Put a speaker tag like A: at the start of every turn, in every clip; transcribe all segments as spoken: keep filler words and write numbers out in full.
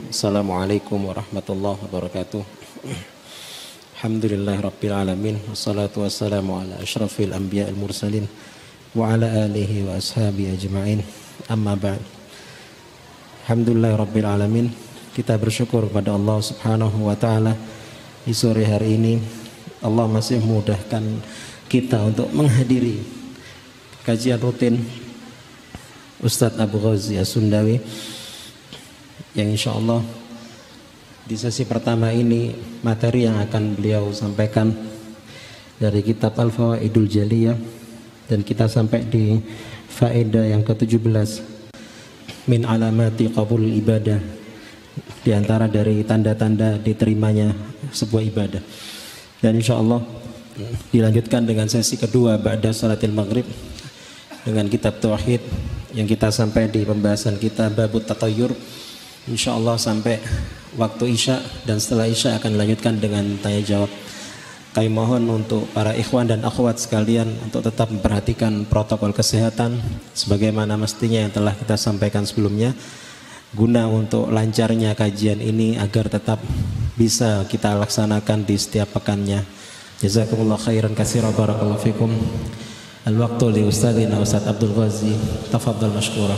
A: Assalamualaikum warahmatullahi wabarakatuh. Alhamdulillahi rabbil alamin. Wassalatu wassalamu ala asyrafil anbiya'il mursalin wa ala alihi wa ashabihi ajma'in. Amma ba'd. Alhamdulillahi rabbil alamin. Kita bersyukur kepada Allah Subhanahu wa taala di sore hari ini Allah masih memudahkan kita untuk menghadiri kajian rutin Ustadz Abu Ghazi As-Sundawi yang insya Allah di sesi pertama ini materi yang akan beliau sampaikan dari kitab Al-Fawaidul Jaliyah, dan kita sampai di faedah yang ke tujuh belas min alamati qabul ibadah, di antara dari tanda-tanda diterimanya sebuah ibadah. Dan insya Allah dilanjutkan dengan sesi kedua ba'da salatil maghrib dengan kitab Tauhid yang kita sampai di pembahasan kita babut tatayyur, insyaallah sampai waktu Isya, dan setelah Isya akan dilanjutkan dengan tanya jawab. Kami mohon untuk para ikhwan dan akhwat sekalian untuk tetap memperhatikan protokol kesehatan sebagaimana mestinya yang telah kita sampaikan sebelumnya, guna untuk lancarnya kajian ini agar tetap bisa kita laksanakan di setiap pekannya. Jazakumullah khairan katsiran, barakallahu fikum. Al-waqtu li ustadzina Ustadz Abdul Ghazi, tafadhal mashkura.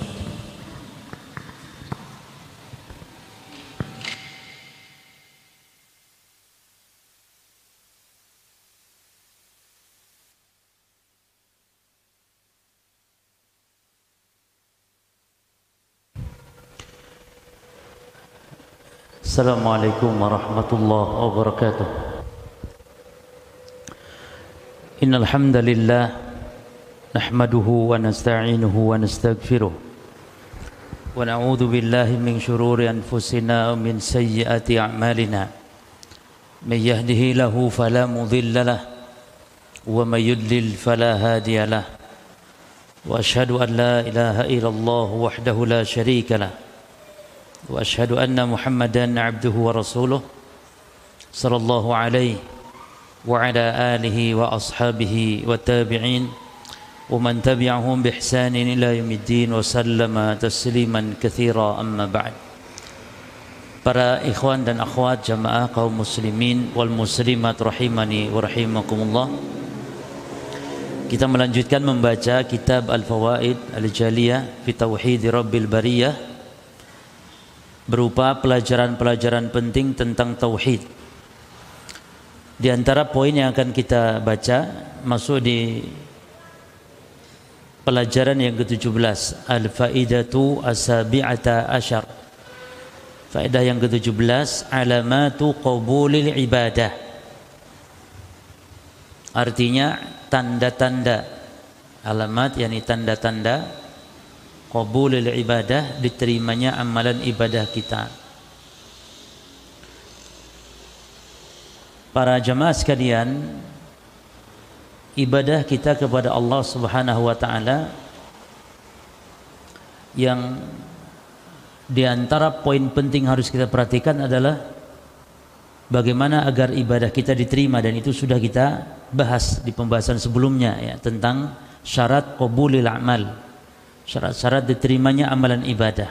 B: Assalamualaikum warahmatullahi wabarakatuh. Innal hamdalillah nahmaduhu wa nasta'inuhu wa nastaghfiruh wa na'udzu billahi min shururi anfusina wa min sayyiati a'malina. May yahdihillahu fala mudilla lahu wa may yudlil fala hadiya lahu. Wa asyhadu an la ilaha illallah wahdahu la syarika lahu wa asyhadu anna Muhammadan 'abduhu wa rasuluh sallallahu alaihi wa ala alihi wa ashabihi wa tabi'in wa man tabi'ahum bi ihsanin ila yaumiddin wa sallama tasliman katsira, amma ba'd. Para ikhwan dan akhwat jamaah kaum muslimin wal muslimat rahimani wa rahimakumullah, kita melanjutkan membaca kitab Al-Fawaid Al-Jaliyah fi Tauhid Rabbil Bariyah, berupa pelajaran-pelajaran penting tentang tauhid. Di antara poin yang akan kita baca masuk di pelajaran yang ke tujuh belas, Al-Faidatu As-Sabi'ata Asyar. Faedah yang ke tujuh belas, Alamatu Qabulil Ibadah. Artinya tanda-tanda, alamat yakni tanda-tanda qabulil ibadah, diterimanya amalan ibadah kita. Para jamaah sekalian, ibadah kita kepada Allah Subhanahu wa taala yang di antara poin penting harus kita perhatikan adalah bagaimana agar ibadah kita diterima, dan itu sudah kita bahas di pembahasan sebelumnya ya, tentang syarat qabulil amal, syarat-syarat diterimanya amalan ibadah.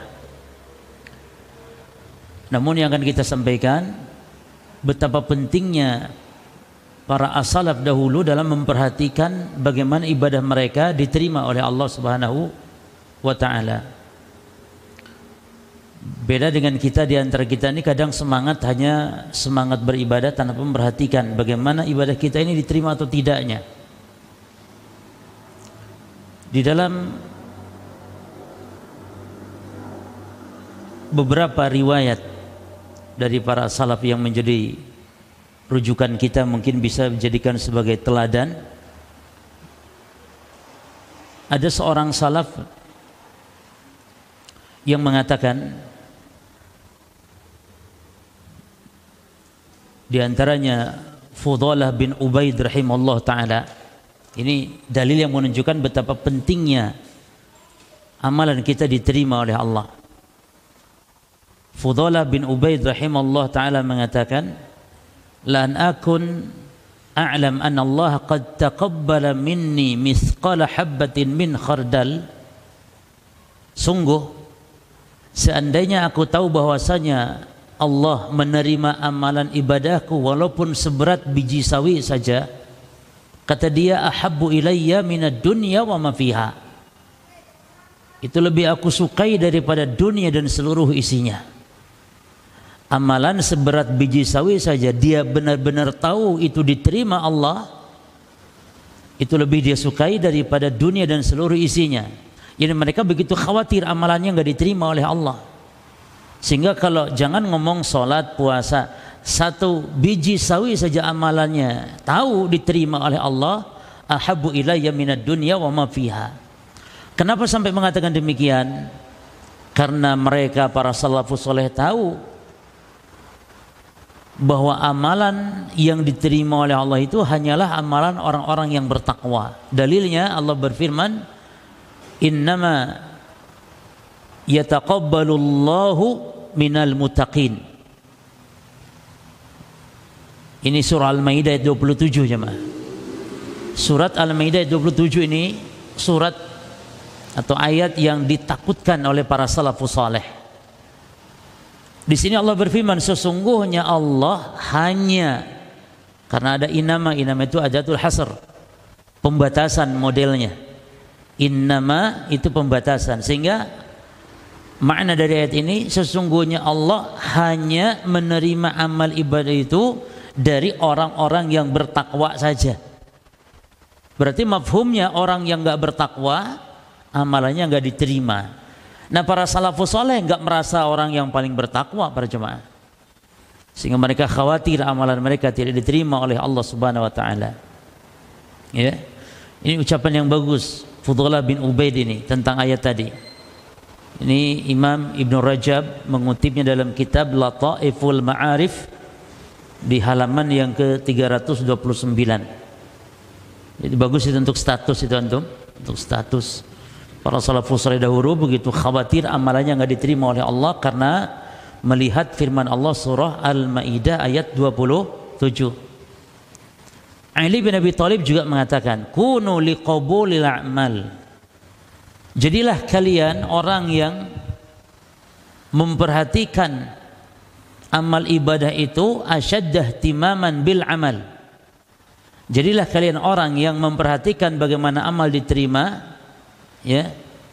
B: Namun yang akan kita sampaikan, betapa pentingnya para as-salaf dahulu dalam memperhatikan bagaimana ibadah mereka diterima oleh Allah Subhanahu wa taala. Beda dengan kita, di antara kita ini kadang semangat hanya semangat beribadah tanpa memperhatikan bagaimana ibadah kita ini diterima atau tidaknya. Di dalam beberapa riwayat dari para salaf yang menjadi rujukan kita, mungkin bisa dijadikan sebagai teladan, ada seorang salaf yang mengatakan, di antaranya Fudalah bin Ubaid rahimahullah ta'ala. Ini dalil yang menunjukkan betapa pentingnya amalan kita diterima oleh Allah. Fudalah bin Ubaid rahimahullah ta'ala mengatakan, lan akun a'lam anna Allah qad taqabbala minni mithqala habbatin min khardal. Sungguh seandainya aku tahu bahwasanya Allah menerima amalan ibadahku walaupun seberat biji sawi saja, kata dia, ahabbu ilayya minad dunya wa ma fiha, itu lebih aku sukai daripada dunia dan seluruh isinya. Amalan seberat biji sawi saja dia benar-benar tahu itu diterima Allah, itu lebih dia sukai daripada dunia dan seluruh isinya. Jadi mereka begitu khawatir amalannya nggak diterima oleh Allah, sehingga kalau jangan ngomong sholat puasa, satu biji sawi saja amalannya tahu diterima oleh Allah, ahabbu ilayya minad dunya wa ma fiha. Kenapa sampai mengatakan demikian? Karena mereka para salafus soleh tahu bahwa amalan yang diterima oleh Allah itu hanyalah amalan orang-orang yang bertakwa. Dalilnya Allah berfirman, innama yataqabbalullahu minal muttaqin. Ini surah Al-Maidah ayat dua puluh tujuh jemaah. Surat Al-Maidah ayat dua puluh tujuh ini surat atau ayat yang ditakutkan oleh para salafus saleh. Di sini Allah berfirman, sesungguhnya Allah hanya, karena ada inama, inama itu adatul hasr, pembatasan modelnya. Innama itu pembatasan, sehingga makna dari ayat ini, sesungguhnya Allah hanya menerima amal ibadah itu dari orang-orang yang bertakwa saja. Berarti mafhumnya orang yang enggak bertakwa amalannya enggak diterima. Nah, para salafus saleh enggak merasa orang yang paling bertakwa para jemaah, sehingga mereka khawatir amalan mereka tidak diterima oleh Allah Subhanahu wa taala. Ya. Ini ucapan yang bagus Fudhalah bin Ubaid ini tentang ayat tadi. Ini Imam Ibnu Rajab mengutipnya dalam kitab Lataiful Ma'arif di halaman yang ke tiga ratus dua puluh sembilan. Jadi bagus itu untuk status itu antum, untuk status. Para salafus saleh dahulu begitu khawatir amalannya enggak diterima oleh Allah karena melihat firman Allah surah Al-Maidah ayat dua puluh tujuh. Ali bin Abi Thalib juga mengatakan, kunu liqabulil a'mal. Jadilah kalian orang yang memperhatikan amal ibadah itu asyaddah timaman bil amal. Jadilah kalian orang yang memperhatikan bagaimana amal diterima, ya.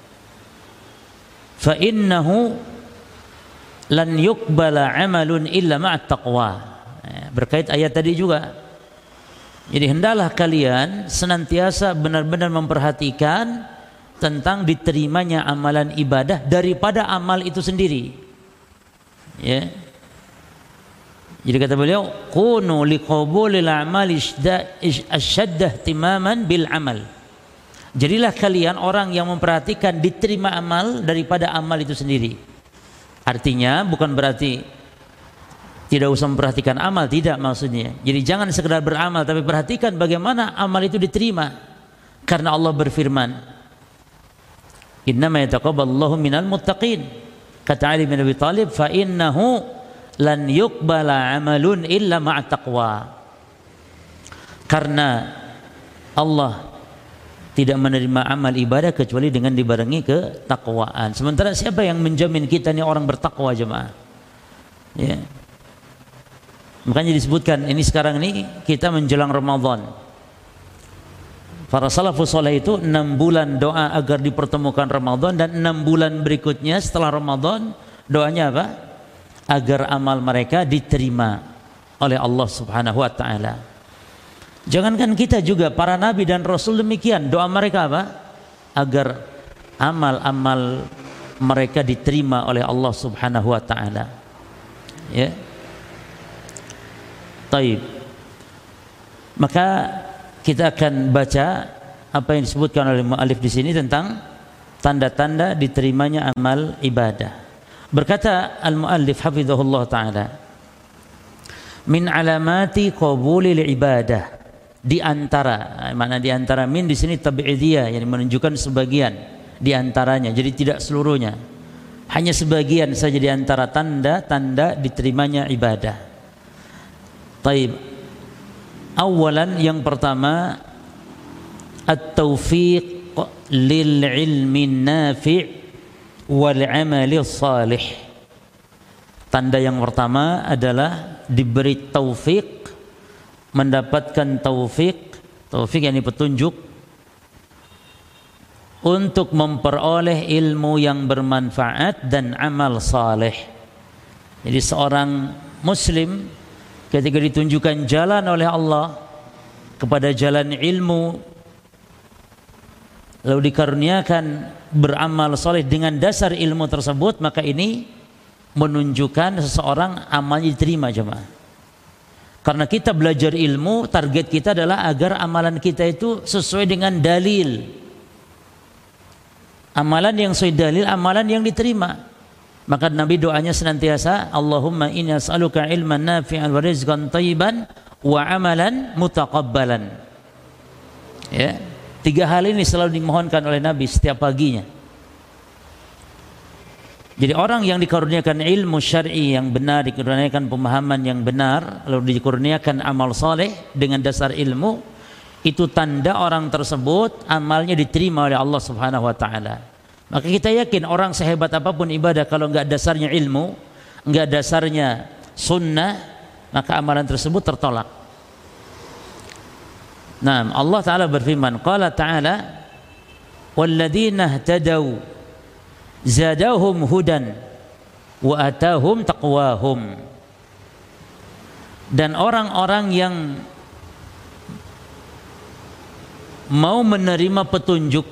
B: Fa innahu lan yuqbala amalun illa ma'at taqwa. Berkait ayat tadi juga. Jadi hendaklah kalian senantiasa benar-benar memperhatikan tentang diterimanya amalan ibadah daripada amal itu sendiri. Ya. Jadi kata beliau, kunu liqabulil a'mali asyaddah timaman bil amal. Jadilah kalian orang yang memperhatikan diterima amal daripada amal itu sendiri. Artinya bukan berarti tidak usah memperhatikan amal, tidak maksudnya. Jadi jangan sekedar beramal, tapi perhatikan bagaimana amal itu diterima. Karena Allah berfirman, innama yataqabbalullahu minal muttaqin. Kata Ali bin Abi Thalib, fa innahu lan yuqbala amalun illa ma'at taqwa. Karena Allah tidak menerima amal ibadah kecuali dengan dibarengi ketakwaan. Sementara siapa yang menjamin kita ini orang bertakwa jemaah? Ya. Makanya disebutkan ini sekarang ini kita menjelang Ramadan. Para salafus saleh itu enam bulan doa agar dipertemukan Ramadan, dan enam bulan berikutnya setelah Ramadan doanya apa? Agar amal mereka diterima oleh Allah Subhanahu wa taala. Jangankan kita, juga para nabi dan rasul demikian. Doa mereka apa? Agar amal-amal mereka diterima oleh Allah Subhanahu wa taala. Ya. Taib. Maka kita akan baca apa yang disebutkan oleh muallif di sini tentang tanda-tanda diterimanya amal ibadah. Berkata al-muallif hafizahullah taala, min alamati qabulil ibadah, di antara, mana di antara min di sini tabi'idiyah, yang menunjukkan sebagian di antaranya, jadi tidak seluruhnya, hanya sebagian saja di antara tanda-tanda diterimanya ibadah. Taib. Awalan, yang pertama, at-taufiq lil ilmi nafi' wal amali salih. Tanda yang pertama adalah diberi taufik, mendapatkan taufik, taufik yakni petunjuk untuk memperoleh ilmu yang bermanfaat dan amal saleh. Jadi seorang muslim ketika ditunjukkan jalan oleh Allah kepada jalan ilmu, lalu dikaruniakan beramal saleh dengan dasar ilmu tersebut, maka ini menunjukkan seseorang amalnya diterima, jemaah. Karena kita belajar ilmu, target kita adalah agar amalan kita itu sesuai dengan dalil. Amalan yang sesuai dalil, amalan yang diterima. Maka Nabi doanya senantiasa, Allahumma inni as'aluka ilman nafi'an wa rizqan thayyiban wa amalan mutaqabbalan. Ya, tiga hal ini selalu dimohonkan oleh Nabi setiap paginya. Jadi orang yang dikaruniakan ilmu syar'i yang benar, dikaruniakan pemahaman yang benar, lalu dikaruniakan amal soleh dengan dasar ilmu, itu tanda orang tersebut amalnya diterima oleh Allah Subhanahu wa taala. Maka kita yakin orang sehebat apapun ibadah, kalau enggak dasarnya ilmu, enggak dasarnya sunnah, maka amalan tersebut tertolak. Nah, Allah taala berfirman, qala ta'ala walladzina ihtadaw zadahum hudan wa atahum taqwahum. Dan orang-orang yang mau menerima petunjuk,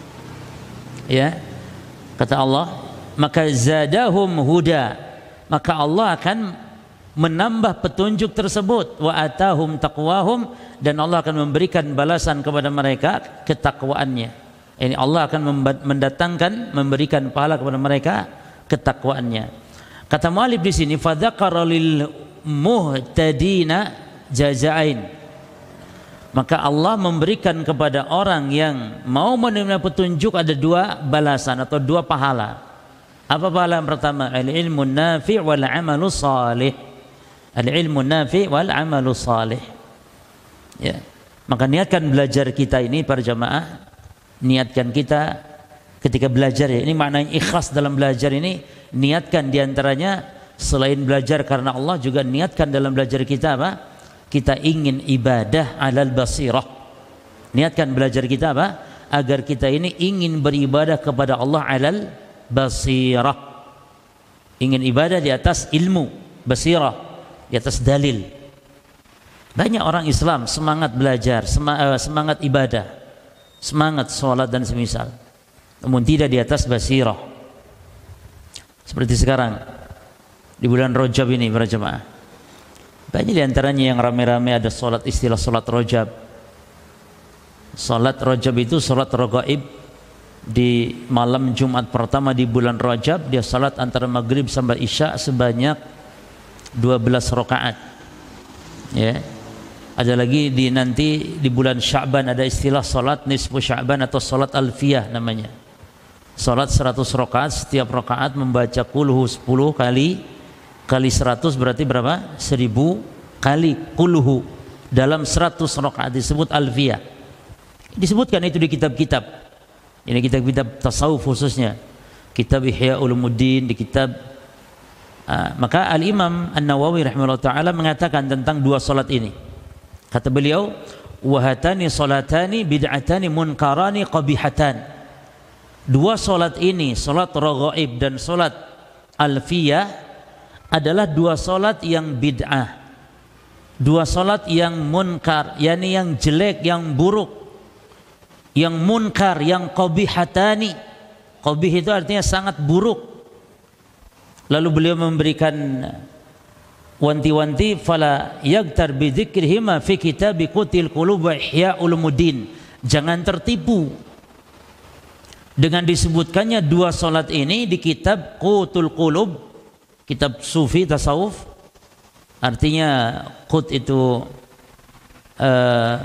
B: ya, kata Allah, maka zadahum huda, maka Allah akan menambah petunjuk tersebut, wa atahum taqwahum, dan Allah akan memberikan balasan kepada mereka ketakwaannya. Ini Allah akan mendatangkan, memberikan pahala kepada mereka ketakwaannya. Kata mu'allif di sini, fadzakara lil muhtadina jazaain. Maka Allah memberikan kepada orang yang mau menerima petunjuk ada dua balasan atau dua pahala. Apa pahala yang pertama? Al-ilmu nafi' wal 'amalu salih. Al-ilmu nafi' wal 'amalu salih. Ya. Maka niatkan belajar kita ini para jamaah, niatkan kita ketika belajar, ya, ini maknanya ikhlas dalam belajar ini. Niatkan diantaranya selain belajar karena Allah, juga niatkan dalam belajar kita apa? Kita ingin ibadah alal basirah. Niatkan belajar kita apa? Agar kita ini ingin beribadah kepada Allah alal basirah. Ingin ibadah di atas ilmu, basirah, di atas dalil. Banyak orang Islam semangat belajar, semangat ibadah, semangat sholat dan semisal, namun tidak di atas basirah. Seperti sekarang di bulan Rajab ini para jemaah, banyak di antaranya yang rame-rame ada sholat, istilah sholat Rajab. Sholat Rajab itu sholat ragaib. Di malam Jumat pertama di bulan Rajab, dia sholat antara maghrib sampai isya sebanyak dua belas rakaat. Ya. Ada lagi di nanti di bulan Sya'ban ada istilah salat nisfu Sya'ban atau salat alfiyah namanya. Salat seratus rakaat, setiap rakaat membaca qulhu sepuluh kali, kali seratus berarti berapa? seribu kali qulhu dalam seratus rakaat, disebut alfiyah. Disebutkan itu di kitab-kitab. Ini kitab-kitab tasawuf khususnya. Kitab Ihya Ulumuddin, di kitab uh, maka Al-Imam An-Nawawi rahimahullah taala mengatakan tentang dua salat ini. Kata beliau, wahatani salatani bid'atani munkarani qabihatan. Dua salat ini, salat raghaib dan salat alfiyah, adalah dua salat yang bid'ah. Dua salat yang munkar, yakni yang jelek, yang buruk, yang munkar, yang qabihatani. Qabih itu artinya sangat buruk. Lalu beliau memberikan wanti-wanti, fala yagtar bi dzikrihima fi kitab qutil qulub wa ihya ulumuddin. Jangan tertipu dengan disebutkannya dua salat ini di kitab Qutul Qulub, kitab sufi tasawuf. Artinya qut itu uh,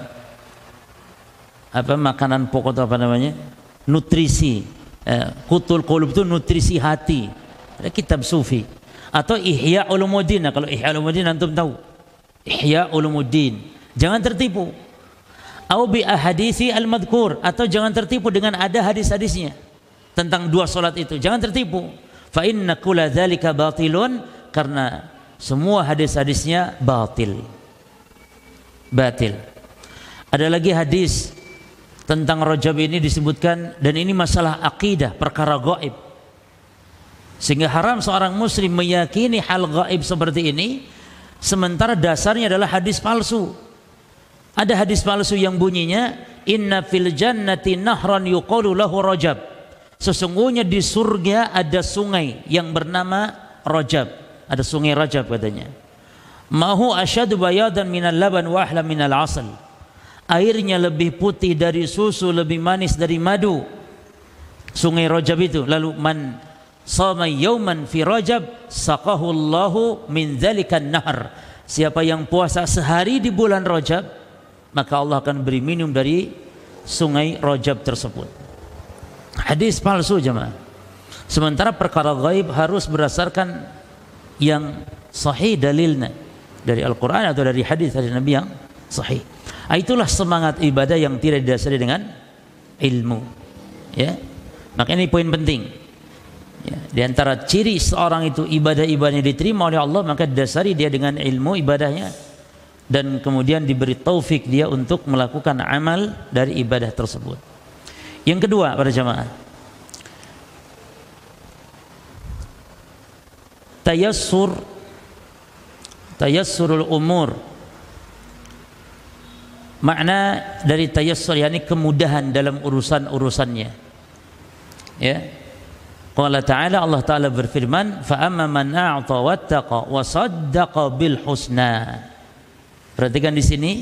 B: apa makanan pokok atau apa namanya? Nutrisi. Uh, Qutul Qulub itu nutrisi hati. Ada kitab sufi. Atau Ihya Ulumuddin. Nah, kalau Ihya Ulumuddin antum tahu, Ihya Ulumuddin. Jangan tertipu. Au bi ahaditsi al-madhkur, atau jangan tertipu dengan ada hadis-hadisnya tentang dua salat itu. Jangan tertipu. Fa inna kulla dzalika batilun, karena semua hadis-hadisnya batil. Batil. Ada lagi hadis tentang Rajab ini disebutkan, dan ini masalah akidah, perkara gaib. Sehingga haram seorang muslim meyakini hal gaib seperti ini, sementara dasarnya adalah hadis palsu. Ada hadis palsu yang bunyinya, inna fil jannati nahran yuqalu lahu Rajab. Sesungguhnya di surga ada sungai yang bernama Rajab. Ada sungai Rajab katanya. Mahu asyadu bayadan minal laban wa ahla minal asal. Airnya lebih putih dari susu, lebih manis dari madu. Sungai Rajab itu. Lalu man sama yauman fi Rajab saqahu Allahu min dzalikan nahr. Siapa yang puasa sehari di bulan Rajab, maka Allah akan beri minum dari sungai Rajab tersebut. Hadis palsu jemaah. Sementara perkara gaib harus berdasarkan yang sahih dalilnya dari Al-Quran atau dari hadis dari Nabi yang sahih. Itulah semangat ibadah yang tidak didasari dengan ilmu. Ya, maka ini poin penting. Ya, di antara ciri seorang itu ibadah-ibadahnya diterima oleh Allah, maka didasari dia dengan ilmu ibadahnya, dan kemudian diberi taufik dia untuk melakukan amal dari ibadah tersebut. Yang kedua, para jamaah, tayassur, tayassurul umur. Makna dari tayassur yakni kemudahan dalam urusan-urusannya. Ya. Qala ta'ala, Allah Ta'ala berfirman, fa amma man a'ta wattaqa wa saddaqa bil husna. Perhatikan di sini,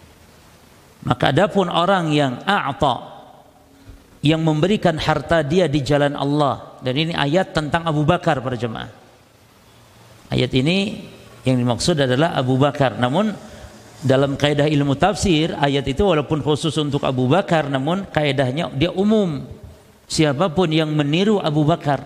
B: maka adapun orang yang a'ta, yang memberikan harta dia di jalan Allah, dan ini ayat tentang Abu Bakar para jemaah. Ayat ini yang dimaksud adalah Abu Bakar. Namun dalam kaidah ilmu tafsir, ayat itu walaupun khusus untuk Abu Bakar, namun kaidahnya dia umum. Siapapun yang meniru Abu Bakar.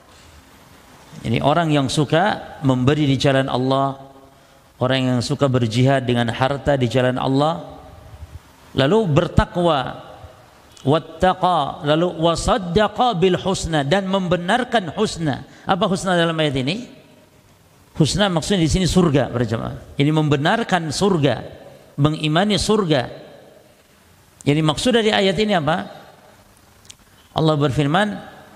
B: Ini orang yang suka memberi di jalan Allah, orang yang suka berjihad dengan harta di jalan Allah, lalu bertakwa, wattaqa, lalu wasaddaqa bil husna, dan membenarkan husna. Apa husna dalam ayat ini? Husna maksudnya di sini surga, para jemaah. Ini membenarkan surga, mengimani surga. Jadi maksud dari ayat ini apa? Allah berfirman,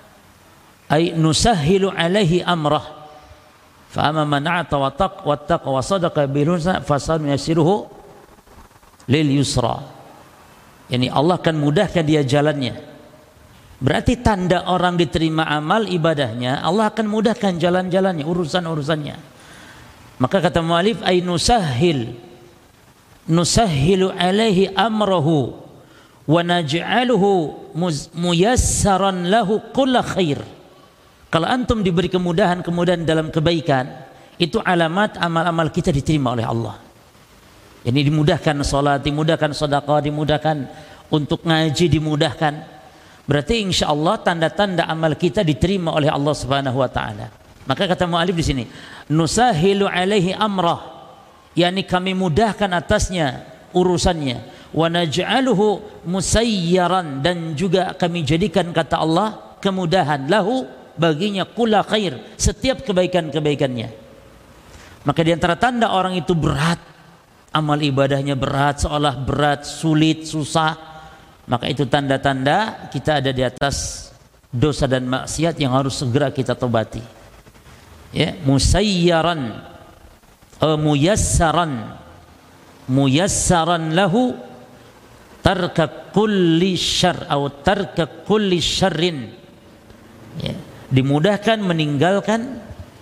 B: ay nusahhilu alaihi amrah fa amma man a'ta wa taq wattaqa wa sadaqa bil husna fasanuyassiruhu lil yusra. Yani Allah akan mudahkan dia jalannya. Berarti tanda orang diterima amal ibadahnya, Allah akan mudahkan jalan-jalannya, urusan-urusannya. Maka kata mu'alif, ay nusahhil nusahhilu alaihi amrahu wa naj'aluhu muyassaran lahu kulla khair. Kalau antum diberi kemudahan-kemudahan dalam kebaikan, itu alamat amal-amal kita diterima oleh Allah. Ini dimudahkan salat, dimudahkan sedekah, dimudahkan untuk ngaji, dimudahkan. Berarti insya Allah tanda-tanda amal kita diterima oleh Allah Subhanahu wa taala. Maka kata mu'alif di sini, nusahilu alaihi amrah, yakni kami mudahkan atasnya urusannya, wa naj'aluhu musayyaran, dan juga kami jadikan kata Allah kemudahan lahu baginya kulla khair, setiap kebaikan-kebaikannya. Maka di antara tanda orang itu berat, amal ibadahnya berat, seolah berat, sulit, susah, maka itu tanda-tanda kita ada di atas dosa dan maksiat yang harus segera kita tobati. Ya, musayyaran, uh, muyassaran, muyassaran lahu tarka kulli syarr atau tarka kulli syarrin. Ya, dimudahkan meninggalkan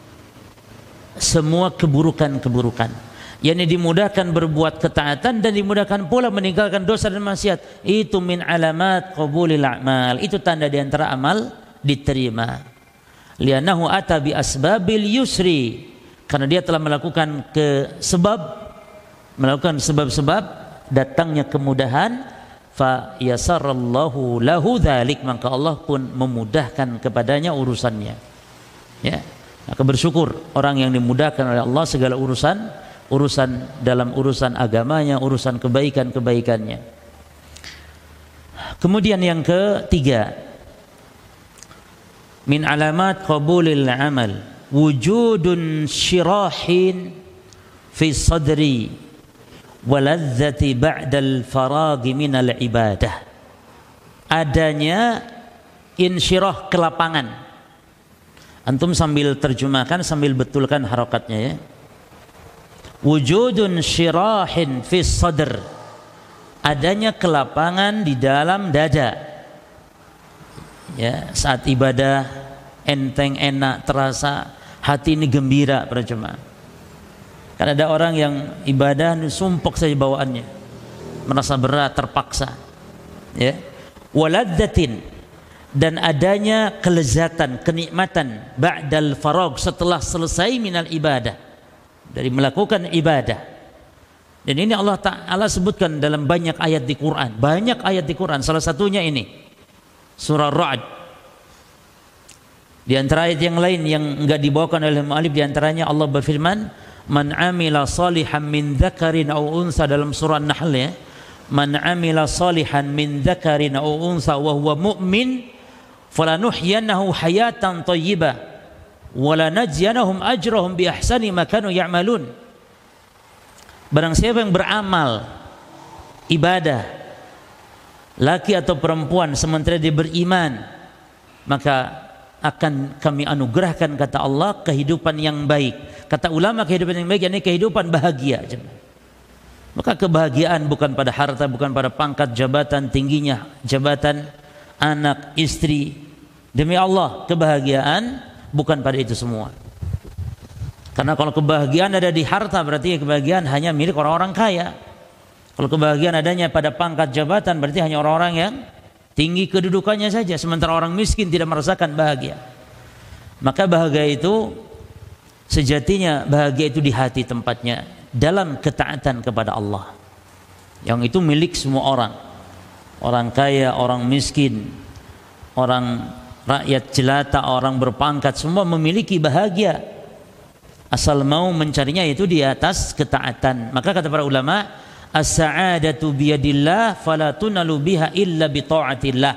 B: semua keburukan-keburukan. yakni dimudahkan berbuat ketaatan dan dimudahkan pula meninggalkan dosa dan maksiat. Itu min alamat qabulil a'mal, itu tanda di antara amal diterima. Li'annahu ata bi asbabil yusri, karena dia telah melakukan ke sebab melakukan sebab-sebab datangnya kemudahan. Fa yasarallahu lahu dzalik, maka Allah pun memudahkan kepadanya urusannya. Ya, maka bersyukur orang yang dimudahkan oleh Allah segala urusan, urusan dalam urusan agamanya, urusan kebaikan-kebaikannya. Kemudian yang ketiga, min alamat qabulil amal wujudun syirahin fi sadri waladzati ba'dal faragi minal ibadah. Adanya insyirah, kelapangan. Antum sambil terjemahkan, sambil betulkan harokatnya ya. Wujudun syirahin fi sadr, adanya kelapangan di dalam dada. Ya, saat ibadah enteng, enak, terasa, hati ini gembira para jemaah. Kan ada orang yang ibadah sumpek saja bawaannya, merasa berat, terpaksa. Ya. Waladzatin, dan adanya kelezatan, kenikmatan ba'dal farag, setelah selesai minal ibadah, dari melakukan ibadah. Dan ini Allah Ta'ala sebutkan dalam banyak ayat di Quran, banyak ayat di Quran. Salah satunya ini surah Ra'd. Di antara ayat yang lain yang enggak dibawakan oleh mu'alif, di antaranya Allah berfirman, man amila salihan min dzakarin aw unsa, dalam surah An-Nahl ya. Man amila salihan min dzakarin aw unsa wa huwa mu'min falanuhyiyannahu hayatan thayyibah wa lanajziyanahum ajrahum bi ahsani ma kanu ya'malun. Barang siapa yang beramal ibadah, laki atau perempuan, sementara dia beriman, maka akan kami anugerahkan, kata Allah, kehidupan yang baik. Kata ulama, kehidupan yang baik yakni kehidupan bahagia. Maka kebahagiaan bukan pada harta, bukan pada pangkat, jabatan, tingginya jabatan, anak, istri. Demi Allah, kebahagiaan bukan pada itu semua. Karena kalau kebahagiaan ada di harta, berarti kebahagiaan hanya milik orang-orang kaya. Kalau kebahagiaan adanya pada pangkat, jabatan, berarti hanya orang-orang yang tinggi kedudukannya saja, sementara orang miskin tidak merasakan bahagia. Maka bahagia itu sejatinya, bahagia itu di hati tempatnya, dalam ketaatan kepada Allah, yang itu milik semua orang, orang kaya, orang miskin, orang rakyat jelata, orang berpangkat, semua memiliki bahagia, asal mau mencarinya itu di atas ketaatan. Maka kata para ulama, as-sa'adatu biyadillah fala tunalu biha illa bi ta'atillah.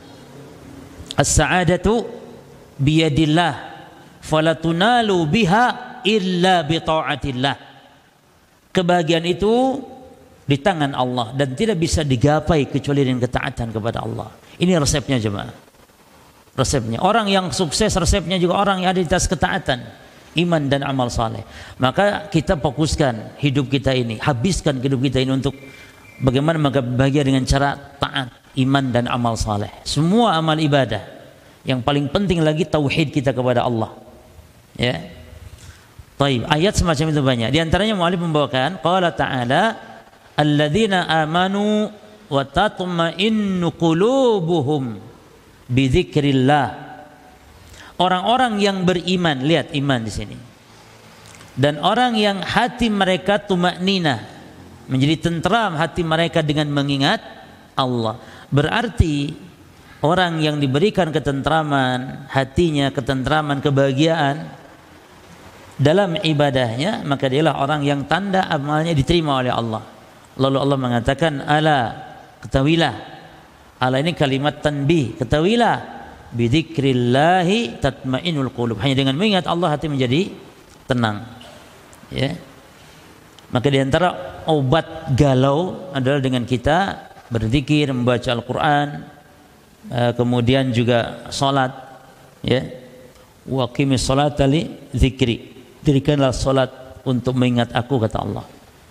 B: As-sa'adatu biyadillah fala tunalu biha illa bi ta'atillah. Kebahagiaan itu di tangan Allah dan tidak bisa digapai kecuali dengan ketaatan kepada Allah. Ini resepnya jemaah. Resepnya. Orang yang sukses, resepnya juga orang yang ada di atas ketaatan, iman dan amal saleh. Maka kita fokuskan hidup kita ini, habiskan hidup kita ini untuk bagaimana bahagia dengan cara taat, iman dan amal saleh. Semua amal ibadah. Yang paling penting lagi tauhid kita kepada Allah. Ya. Baik, ayat semacam itu banyak. Di antaranya mu'alif membawakan qala ta'ala alladzina amanu wa tatma'innu qulubuhum bi dzikrillah. Orang-orang yang beriman, lihat iman di sini. Dan orang yang hati mereka tumakninah, menjadi tentram hati mereka dengan mengingat Allah. Berarti orang yang diberikan ketentraman hatinya, ketentraman, kebahagiaan dalam ibadahnya, maka dialah orang yang tanda amalnya diterima oleh Allah. Lalu Allah mengatakan, ala, ketahuilah. Ala ini kalimat tanbih, ketahuilah, bidzikrillahi tatmainul qulub. Hanya dengan mengingat Allah hati menjadi tenang. Ya. Maka di antara obat galau adalah dengan kita berzikir, membaca Al-Qur'an, kemudian juga salat, ya. Wa qimis salata li dzikri. Dirikanlah salat untuk mengingat aku, kata Allah.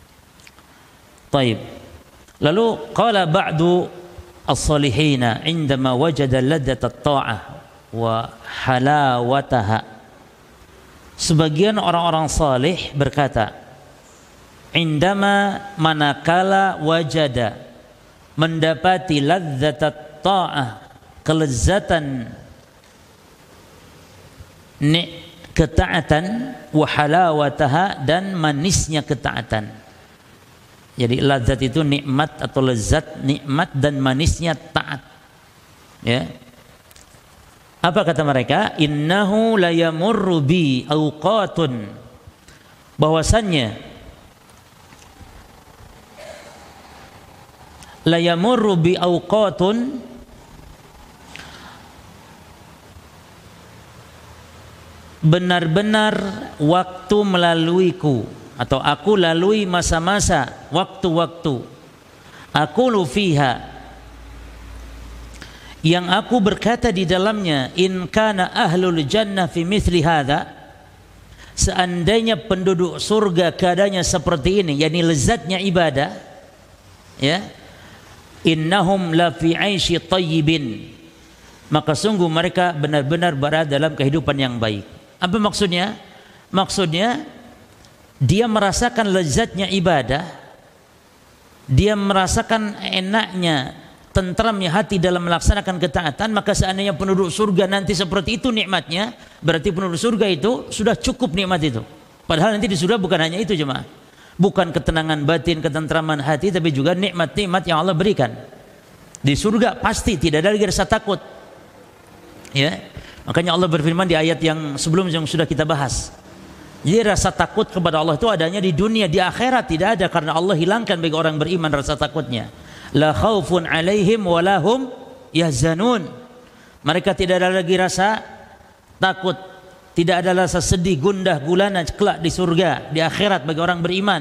B: Taib. Lalu qala ba'du as-salihina indama wajada laddat at-ta'ah wa halawataha. Sebagian orang-orang salih berkata, indama manakala wajada, mendapati ladzat at-ta'ah, kelezatan ni ketaatan, wa halawataha, dan manisnya ketaatan. Jadi ladzat itu nikmat atau lezat, nikmat dan manisnya taat. Ya. Apa kata mereka? Innahu la yamurru bi awqatun, bahwasannya la yamurru bi awqatun benar-benar waktu melaluiku, atau aku lalui masa-masa, waktu-waktu. Aqulu fiha, yang aku berkata di dalamnya, in kana ahlul jannah fi mithli hadha, seandainya penduduk surga keadaannya seperti ini, yakni lezatnya ibadah, ya, innahum la fi 'aisy thayyibin, maka sungguh mereka benar-benar berada dalam kehidupan yang baik. Apa maksudnya? Maksudnya dia merasakan lezatnya ibadah, dia merasakan enaknya, tentramnya hati dalam melaksanakan ketaatan. Maka seandainya penduduk surga nanti seperti itu nikmatnya, berarti penduduk surga itu sudah cukup nikmat itu. Padahal nanti di surga bukan hanya itu jemaah, bukan ketenangan batin, ketentraman hati, tapi juga nikmat-nikmat yang Allah berikan. Di surga pasti tidak ada lagi rasa takut, ya. Makanya Allah berfirman di ayat yang sebelumnya yang sudah kita bahas, jadi rasa takut kepada Allah itu adanya di dunia, di akhirat tidak ada, karena Allah hilangkan bagi orang beriman rasa takutnya. La khaufun alaihim wa lahum yahzanun, mereka tidak ada lagi rasa takut, tidak ada rasa sedih, gundah gulana kelak di surga, di akhirat bagi orang beriman.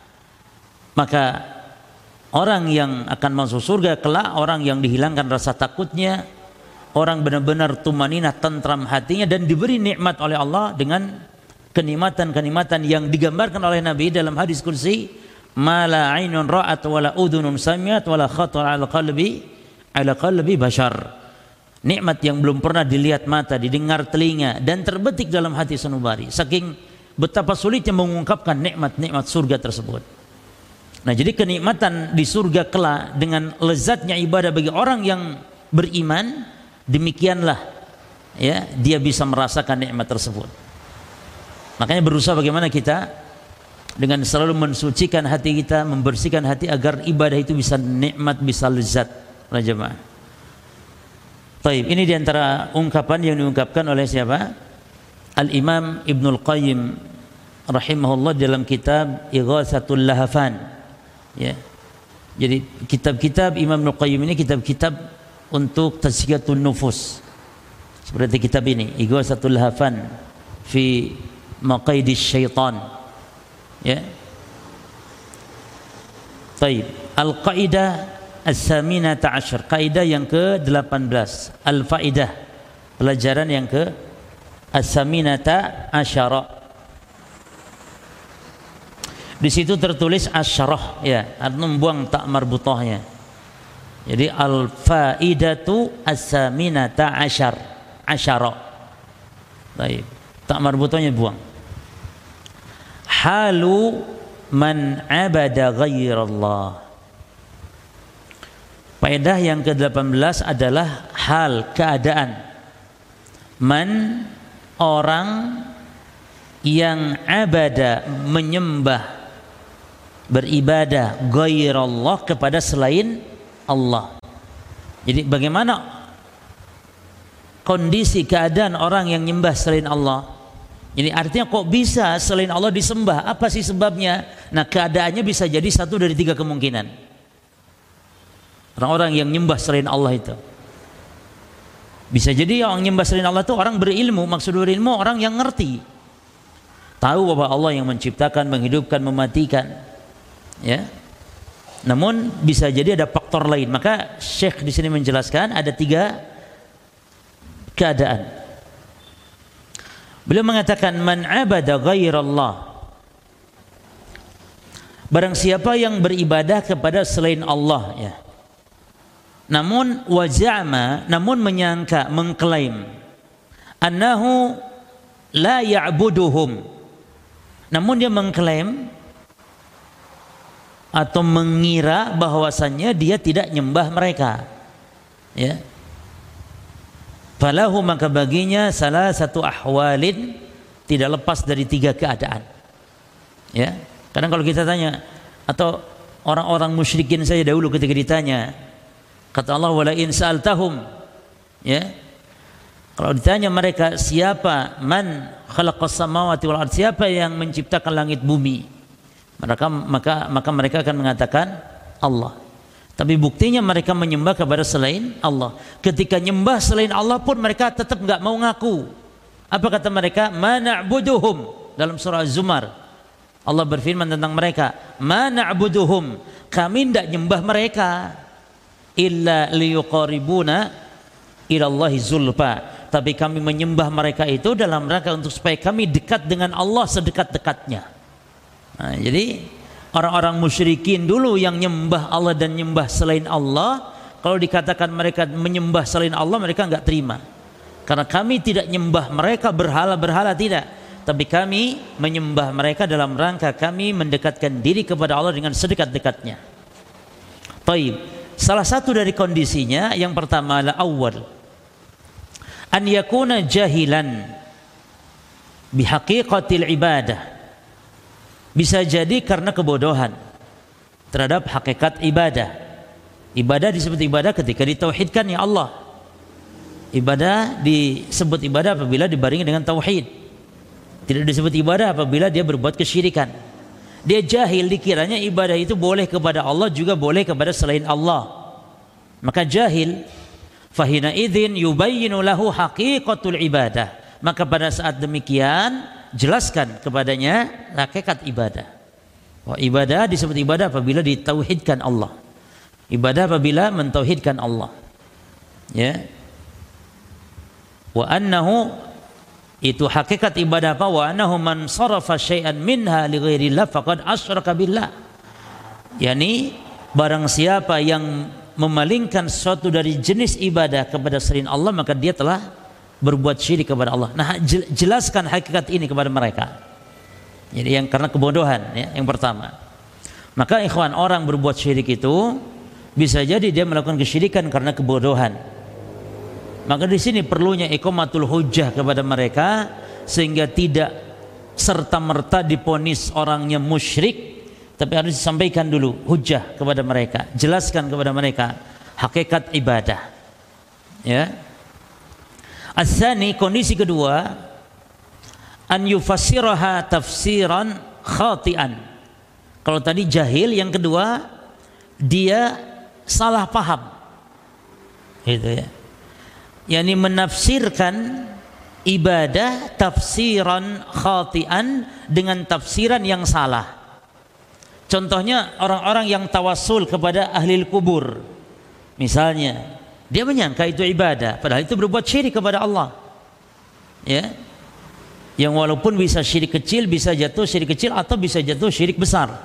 B: Maka orang yang akan masuk surga kelak, orang yang dihilangkan rasa takutnya, orang benar-benar tumaninah, tentram hatinya, dan diberi nikmat oleh Allah dengan kenikmatan-kenikmatan yang digambarkan oleh Nabi dalam hadis kursi, ma la ainun ra'at wa la udhunun sami'at wa la khatar ala qalbi ala qalbi bashar. Nikmat yang belum pernah dilihat mata, didengar telinga, dan terbetik dalam hati sanubari. Saking betapa sulitnya mengungkapkan nikmat-nikmat surga tersebut. Nah, jadi kenikmatan di surga kelak dengan lezatnya ibadah bagi orang yang beriman, demikianlah, ya, dia bisa merasakan nikmat tersebut. Makanya berusaha bagaimana kita dengan selalu mensucikan hati kita, membersihkan hati agar ibadah itu bisa nikmat, bisa lezat, para jemaah. Baik, ini diantara ungkapan yang diungkapkan oleh siapa? Al-Imam Ibnul Qayyim rahimahullah dalam kitab Ighatsatul Lahafan, ya. Jadi kitab-kitab Imam Ibnul Qayyim ini kitab-kitab untuk tazkiyatun nufus, seperti kitab ini Ighatsatul Lahafan fi maqaidis syaitan, ya. Baik, al-qaidah as-saminata asyar, kaidah yang ke delapan belas, al-faidah, pelajaran yang ke as-saminata asyara. Di situ tertulis asyarah, ya, artinya membuang tak marbutahnya. Jadi al-faidatu as-saminata asyar, asyara. Baik, tak marbutahnya buang. Halu man abada ghairallah. Faedah yang ke delapan belas adalah hal, keadaan man, orang yang abada, menyembah, beribadah, ghairallah, kepada selain Allah. Jadi bagaimana kondisi keadaan orang yang nyembah selain Allah? Jadi artinya kok bisa selain Allah disembah? Apa sih sebabnya? Nah, keadaannya bisa jadi satu dari tiga kemungkinan. Orang-orang yang nyembah selain Allah itu bisa jadi orang nyembah selain Allah itu orang berilmu. Maksud berilmu orang yang ngerti, tahu bahwa Allah yang menciptakan, menghidupkan, mematikan, ya. Namun bisa jadi ada faktor lain. Maka Syekh di sini menjelaskan ada tiga keadaan. Beliau mengatakan man abada ghairallah, barang siapa yang beribadah kepada selain Allah, ya, namun waja'ma, namun menyangka, mengklaim annahu la ya'buduhum, namun dia mengklaim atau mengira bahwasannya dia tidak nyembah mereka, ya. Falahu, maka baginya salah satu ahwalin, tidak lepas dari tiga keadaan, ya. Kadang kalau kita tanya, atau orang-orang musyrikin saja dahulu ketika ditanya, kata Allah, wala in sa'altahum, ya, kalau ditanya mereka siapa, man khalaqas samawati wal ard, siapa yang menciptakan langit bumi, mereka maka maka mereka akan mengatakan Allah. Tapi buktinya mereka menyembah kepada selain Allah. Ketika nyembah selain Allah pun mereka tetap enggak mau ngaku Apa kata mereka? Ma na'buduhum. Dalam surah Az-Zumar Allah berfirman tentang mereka, ma na'buduhum, kami tidak nyembah mereka, illa liyuqaribuna ilallahi zulfa, tapi kami menyembah mereka itu dalam rangka untuk supaya kami dekat dengan Allah sedekat-dekatnya. Nah, jadi orang-orang musyrikin dulu yang nyembah Allah dan nyembah selain Allah, kalau dikatakan mereka menyembah selain Allah, mereka enggak terima. Karena kami tidak nyembah mereka berhala-berhala, tidak, tapi kami menyembah mereka dalam rangka kami mendekatkan diri kepada Allah dengan sedekat-dekatnya. Taib. Salah satu dari kondisinya yang pertama adalah awal an yakuna jahilan bihaqiqatil ibadah. Bisa jadi karena kebodohan terhadap hakikat ibadah. Ibadah disebut ibadah ketika ditauhidkan ya Allah. Ibadah disebut ibadah apabila dibarengi dengan tauhid. Tidak disebut ibadah apabila dia berbuat kesyirikan. Dia jahil, dikiranya ibadah itu boleh kepada Allah juga boleh kepada selain Allah. Maka jahil, fahina idzin yubayyinu lahu haqiqatul ibadah. Maka pada saat demikian jelaskan kepadanya hakikat ibadah. Bahwa ibadah disebut ibadah apabila ditauhidkan Allah. Ibadah apabila mentauhidkan Allah. Ya. Wa annahu, itu hakikat ibadah apa? Wa annahu man sarafa syai'an minha li ghairillah faqad asyraka billah. Yani barang siapa yang memalingkan sesuatu dari jenis ibadah kepada selain Allah, maka dia telah berbuat syirik kepada Allah. Nah, jelaskan hakikat ini kepada mereka. Jadi yang karena kebodohan ya, yang pertama. Maka ikhwan, orang berbuat syirik itu bisa jadi dia melakukan kesyirikan karena kebodohan. Maka di sini perlunya iqamatul hujjah kepada mereka sehingga tidak serta-merta diponis orangnya musyrik, tapi harus disampaikan dulu hujjah kepada mereka, jelaskan kepada mereka hakikat ibadah. Ya. As-tsani, kondisi kedua, an yufassiraha tafsiran khati'an. Kalau tadi jahil, yang kedua dia salah paham. Gitu ya. Yani menafsirkan ibadah tafsiran khati'an, dengan tafsiran yang salah. Contohnya orang-orang yang tawassul kepada ahli kubur. Misalnya, dia menyangka itu ibadah, padahal itu berbuat syirik kepada Allah. Ya. Yang walaupun bisa syirik kecil, bisa jatuh syirik kecil atau bisa jatuh syirik besar.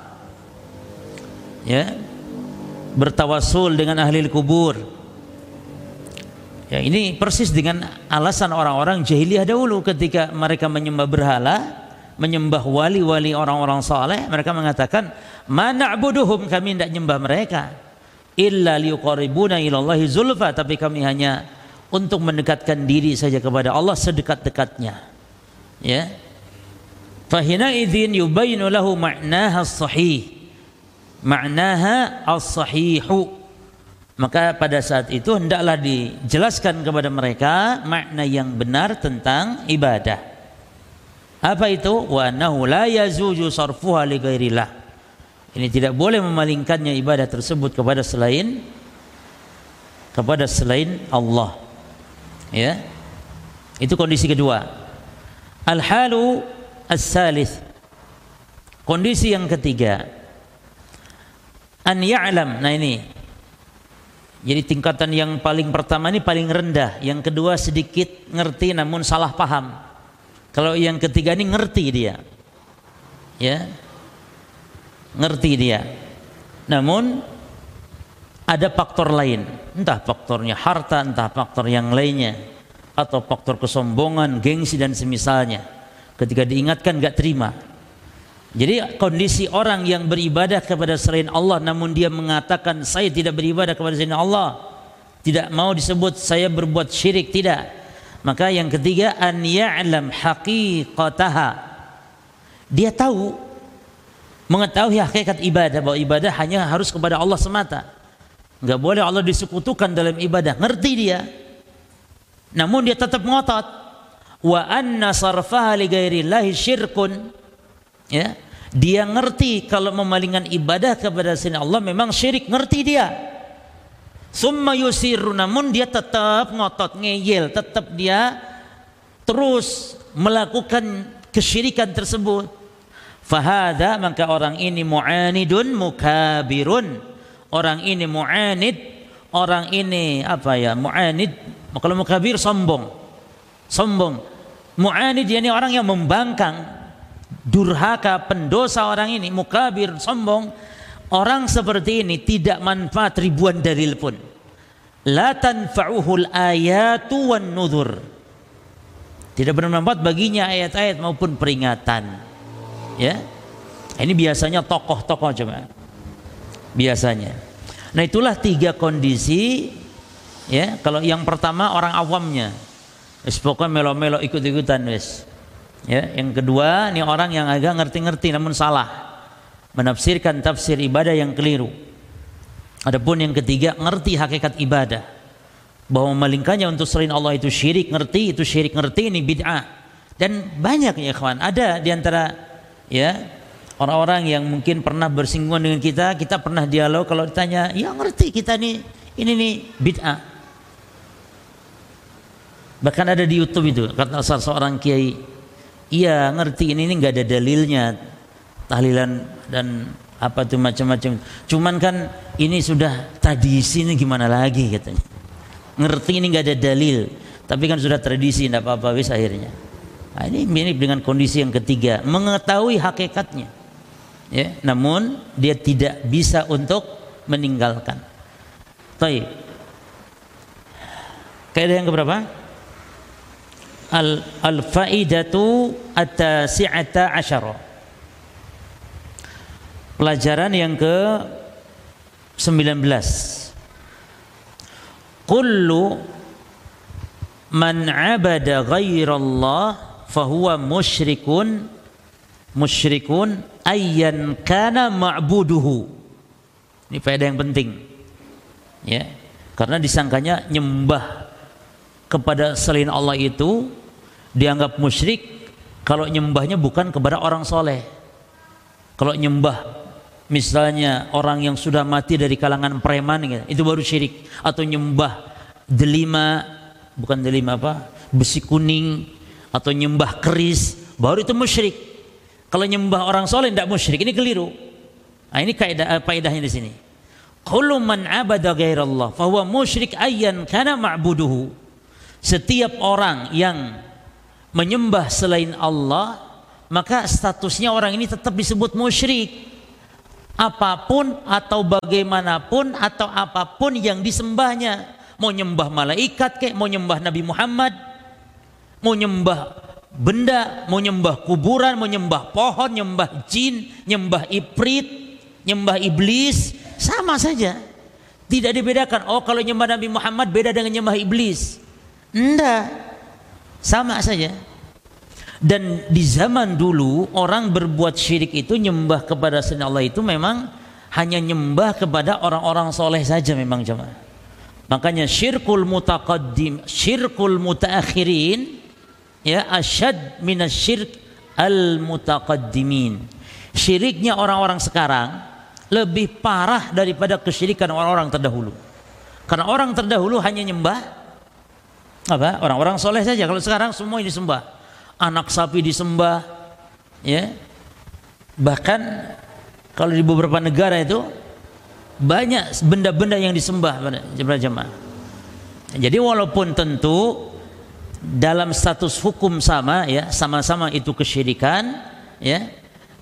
B: Ya. Bertawassul dengan ahli kubur. Ya, ini persis dengan alasan orang-orang jahiliyah dahulu ketika mereka menyembah berhala, menyembah wali-wali orang-orang saleh. Mereka mengatakan, ma na'buduhum, kami tidak menyembah mereka, illa liyuqaribuna ilallahi zulfa, tapi kami hanya untuk mendekatkan diri saja kepada Allah sedekat-dekatnya. Ya. Fahina idzin yubayyinu lahu ma'naha as-sahih. Ma'naha as-sahihu. Maka pada saat itu hendaklah dijelaskan kepada mereka makna yang benar tentang ibadah. Apa itu? Wa annahu la yazuju sarfuha li ghairillah. Ini tidak boleh memalingkannya ibadah tersebut kepada selain kepada selain Allah. Ya. Itu kondisi kedua. Al-halu as-salis. Kondisi yang ketiga. An ya'lam. Nah ini. Jadi tingkatan yang paling pertama ini paling rendah, yang kedua sedikit ngerti namun salah paham. Kalau yang ketiga ini ngerti dia, ya, ngerti dia. Namun ada faktor lain, entah faktornya harta, entah faktor yang lainnya, atau faktor kesombongan, gengsi dan semisalnya. Ketika diingatkan gak terima. Jadi kondisi orang yang beribadah kepada selain Allah namun dia mengatakan saya tidak beribadah kepada selain Allah, tidak mau disebut saya berbuat syirik, tidak. Maka yang ketiga, an ya'lam haqiqataha. Dia tahu, mengetahui hakikat ibadah, bahwa ibadah hanya harus kepada Allah semata. Enggak boleh Allah disekutukan dalam ibadah, ngerti dia. Namun dia tetap ngotot. Wa anna sarfaha li ghairillahi syirkun. Ya, dia ngerti kalau memalingkan ibadah kepada selain Allah memang syirik, ngerti dia. Summa yusiru, namun dia tetap ngotot, ngeyel, tetap dia terus melakukan kesyirikan tersebut, fahada, maka orang ini mu'anidun mukabirun, orang ini mu'anid, orang ini apa ya, mu'anid. Kalau mukabir sombong, sombong. Mu'anid yakni orang yang membangkang, durhaka, pendosa. Orang ini mukabir, sombong. Orang seperti ini tidak manfaat ribuan dalil pun. La tanfa'uhul ayatu wan nudhur, tidak bermanfaat baginya ayat-ayat maupun peringatan. Ya, ini biasanya tokoh-tokoh coba. Biasanya. Nah, itulah tiga kondisi. Ya, kalau yang pertama orang awamnya, wis pokoknya melo-melo ikut-ikutan wis. Ya, yang kedua ini orang yang agak ngerti-ngerti namun salah, menafsirkan tafsir ibadah yang keliru. Adapun yang ketiga ngerti hakikat ibadah, bahwa memalingkannya untuk selain Allah itu syirik, ngerti itu syirik, ngerti ini bid'ah. Dan banyak ya ikhwan, ada di antara ya orang-orang yang mungkin pernah bersinggungan dengan kita, kita pernah dialog, kalau ditanya, ya ngerti kita nih, ini nih bid'ah. Bahkan ada di YouTube itu kata salah seorang kiai, iya ngerti ini nih nggak ada dalilnya, tahlilan dan apa tuh macam-macam. Cuman kan ini sudah tradisi, ini gimana lagi katanya. Ngerti ini nggak ada dalil, tapi kan sudah tradisi, tidak apa-apa wis akhirnya. Nah, ini mirip dengan kondisi yang ketiga, mengetahui hakikatnya, ya, namun dia tidak bisa untuk meninggalkan. Baik. Kaidah yang keberapa? Al al-faidatu at-tasi'ata asyara. Pelajaran yang ke sembilan belas. Kullu man 'abada ghairallah fahuwa musyrikun musyrikun ayyan kana ma'buduhu. Ini faedah yang penting. Ya, karena disangkanya nyembah kepada selain Allah itu dianggap musyrik kalau nyembahnya bukan kepada orang soleh. Kalau nyembah misalnya orang yang sudah mati dari kalangan preman gitu, itu baru syirik. Atau nyembah delima, bukan delima apa, besi kuning, atau nyembah keris, baru itu musyrik. Kalau nyembah orang soleh tidak musyrik, ini keliru. Nah, ini kaidah faedahnya di sini. Kullu man abada ghairallah fahuwa musyrik ayyan kana ma'buduhu. Setiap orang yang menyembah selain Allah, maka statusnya orang ini tetap disebut musyrik. Apapun atau bagaimanapun atau apapun yang disembahnya, mau nyembah malaikat kek, mau nyembah Nabi Muhammad, mau nyembah benda, mau nyembah kuburan, mau nyembah pohon, nyembah jin, nyembah ifrit, nyembah iblis, sama saja. Tidak dibedakan, oh kalau nyembah Nabi Muhammad beda dengan nyembah iblis. Enggak, sama saja. Dan di zaman dulu orang berbuat syirik itu, nyembah kepada selain Allah itu memang hanya nyembah kepada orang-orang soleh saja memang jemaah. Makanya syirkul mutaqaddim, syirkul mutaakhirin ya asyad minasyirk al mutaqaddimin. Syiriknya orang-orang sekarang lebih parah daripada kesyirikan orang-orang terdahulu. Karena orang terdahulu hanya nyembah apa? Orang-orang soleh saja. Kalau sekarang semua ini disembah. Anak sapi disembah, ya. Bahkan kalau di beberapa negara itu banyak benda-benda yang disembah pada jemaah. Jadi walaupun tentu dalam status hukum sama, ya, sama-sama itu kesyirikan, ya.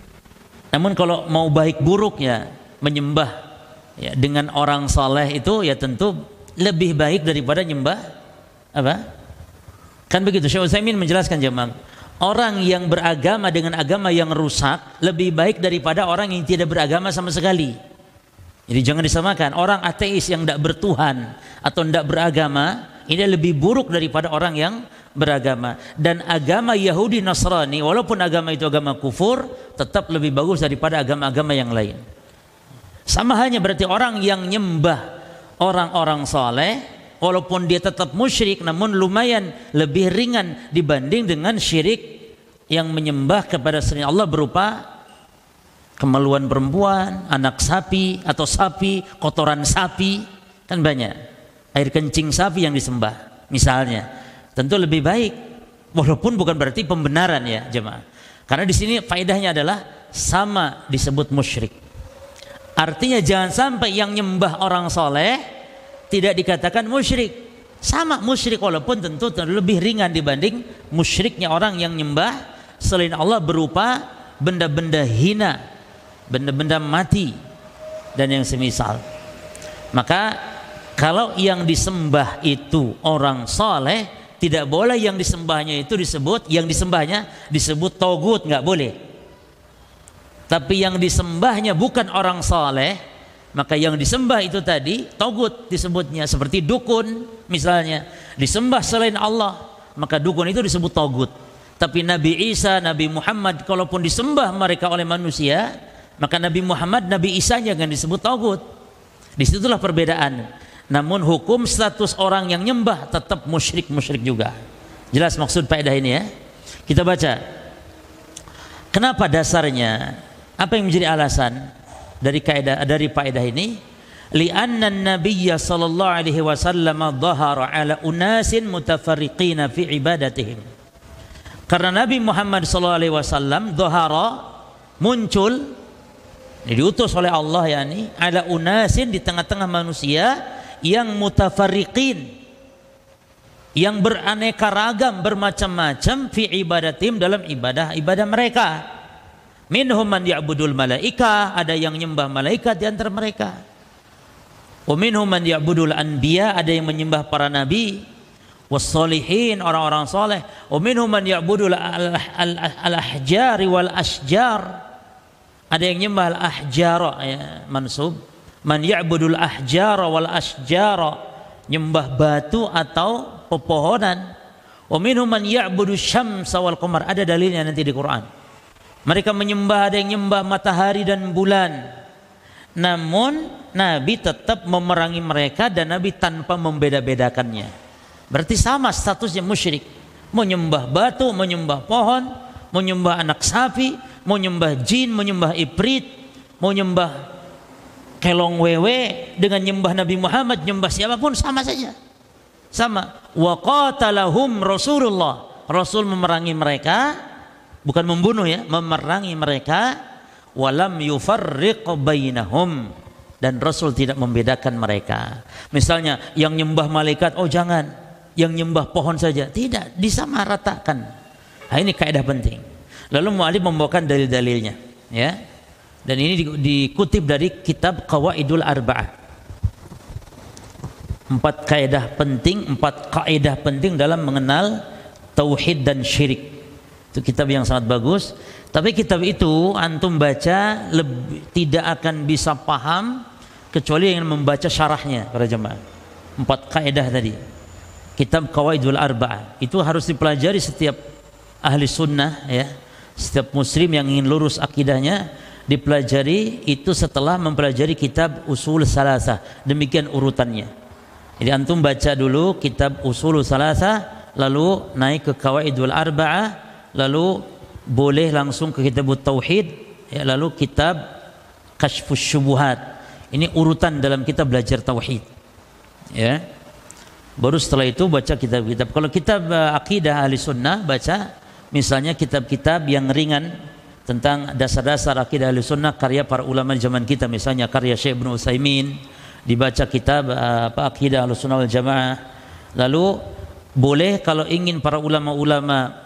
B: Namun kalau mau baik buruk ya menyembah ya dengan orang saleh itu ya tentu lebih baik daripada nyembah apa? Kan begitu. Syekh Utsaimin menjelaskan jemaah, orang yang beragama dengan agama yang rusak lebih baik daripada orang yang tidak beragama sama sekali. Jadi jangan disamakan. Orang ateis yang tidak bertuhan atau tidak beragama ini lebih buruk daripada orang yang beragama. Dan agama Yahudi Nasrani walaupun agama itu agama kufur tetap lebih bagus daripada agama-agama yang lain. Sama halnya berarti orang yang nyembah orang-orang saleh walaupun dia tetap musyrik namun lumayan lebih ringan dibanding dengan syirik yang menyembah kepada selain Allah berupa kemaluan perempuan, anak sapi atau sapi, kotoran sapi, kan banyak. Air kencing sapi yang disembah misalnya. Tentu lebih baik Walaupun bukan berarti pembenaran ya jemaah. Karena di sini faedahnya adalah sama disebut musyrik. Artinya jangan sampai yang nyembah orang soleh tidak dikatakan musyrik. Sama musyrik, walaupun tentu lebih ringan dibanding musyriknya orang yang nyembah selain Allah berupa benda-benda hina, benda-benda mati dan yang semisal. Maka kalau yang disembah itu orang soleh, tidak boleh yang disembahnya itu disebut, yang disembahnya disebut togut, nggak boleh. Tapi yang disembahnya bukan orang soleh, maka yang disembah itu tadi togut disebutnya. Seperti dukun misalnya, disembah selain Allah, maka dukun itu disebut togut. Tapi Nabi Isa, Nabi Muhammad, kalaupun disembah mereka oleh manusia, maka Nabi Muhammad, Nabi Isa jangan disebut togut. Disitulah perbedaan. Namun hukum status orang yang nyembah tetap musyrik-musyrik juga. Jelas maksud faedah ini ya. Kita baca. Kenapa dasarnya? Apa yang menjadi alasan dari kaidah dari faedah ini? Li'anna an-nabiyya sallallahu alaihi wasallam dhahara ala unasin mutafarriqina fi ibadatihim. Karena Nabi Muhammad sallallahu alaihi wasallam dhahara muncul, diutus oleh Allah yakni ala unasin di tengah-tengah manusia yang mutafarriqin, yang beraneka ragam, bermacam-macam fi ibadatim, dalam ibadah-ibadah mereka. Minhum man ya'budul malaika, ada yang menyembah malaikat di antara mereka. Wa minhum man ya'budul anbiya, ada yang menyembah para nabi. Was-solihin, orang-orang saleh. Wa minhum man ya'budul al-ahjari wal asjar, ada yang menyembah al-ahjar ya, mansub. Man ya'budul ahjara wal asjara, nyembah batu atau pepohonan. Wa minhum man ya'budu syamsa wal qamar, ada dalilnya nanti di Quran. Mereka menyembah, ada yang menyembah matahari dan bulan. Namun Nabi tetap memerangi mereka dan Nabi tanpa membeda-bedakannya. Berarti sama statusnya musyrik. Menyembah batu, menyembah pohon, menyembah anak sapi, menyembah jin, menyembah ibrit, menyembah kelong wewe, dengan nyembah Nabi Muhammad, nyembah siapapun sama saja. Sama. Wa qatalahum Rasulullah, Rasul memerangi mereka, bukan membunuh ya, memerangi mereka. Walam yufarriq bainahum, dan Rasul tidak membedakan mereka. Misalnya yang nyembah malaikat, oh jangan, yang nyembah pohon saja, tidak, disamaratakan. Nah, ini kaidah penting. Lalu mu'alif membawakan dalil-dalilnya ya. Dan ini dikutip dari kitab Qawaidul Arba'ah. Empat kaidah penting, empat kaidah penting dalam mengenal tauhid dan syirik. Itu kitab yang sangat bagus. Tapi kitab itu antum baca lebih, tidak akan bisa paham kecuali yang membaca syarahnya para jemaah. Empat kaidah tadi. Kitab Qawaidul Arba'ah itu harus dipelajari setiap ahli sunnah ya. Setiap muslim yang ingin lurus akidahnya dipelajari itu setelah mempelajari kitab Usul Salasah. Demikian urutannya. Jadi antum baca dulu kitab Usul Salasah, lalu naik ke Qawaidul Arba'ah, lalu boleh langsung ke kitab Tauhid ya, lalu kitab Kashfus Syubuhat. Ini urutan dalam kita belajar tauhid ya. Baru setelah itu baca kitab-kitab. Kalau kitab uh, akidah ahli sunnah, baca misalnya kitab-kitab yang ringan tentang dasar-dasar akidah ahli sunnah karya para ulama zaman kita, misalnya karya Syekh Ibnu Utsaimin, dibaca kitab uh, apa akidah ahli sunnah wal jamaah. Lalu boleh kalau ingin para ulama-ulama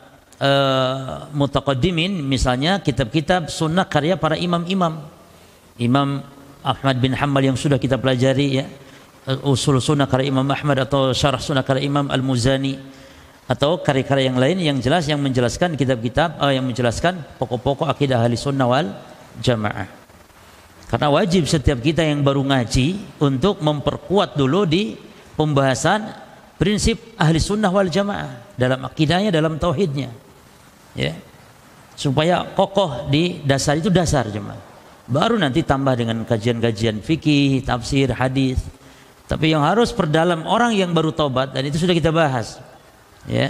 B: uh, mutaqaddimin, misalnya kitab-kitab sunnah karya para imam-imam, Imam Ahmad bin Hanbal yang sudah kita pelajari ya, Usul Sunnah karya Imam Ahmad, atau Syarah Sunnah karya Imam Al-Muzani, atau karya-karya yang lain yang jelas yang menjelaskan kitab-kitab uh, yang menjelaskan pokok-pokok akidah ahli sunnah wal jamaah. Karena wajib setiap kita yang baru ngaji untuk memperkuat dulu di pembahasan prinsip ahli sunnah wal jamaah dalam akidahnya, dalam tauhidnya ya, supaya kokoh di dasar itu, dasar jemaah. Baru nanti tambah dengan kajian-kajian fikih, tafsir, hadis. Tapi yang harus perdalam orang yang baru taubat, dan itu sudah kita bahas ya.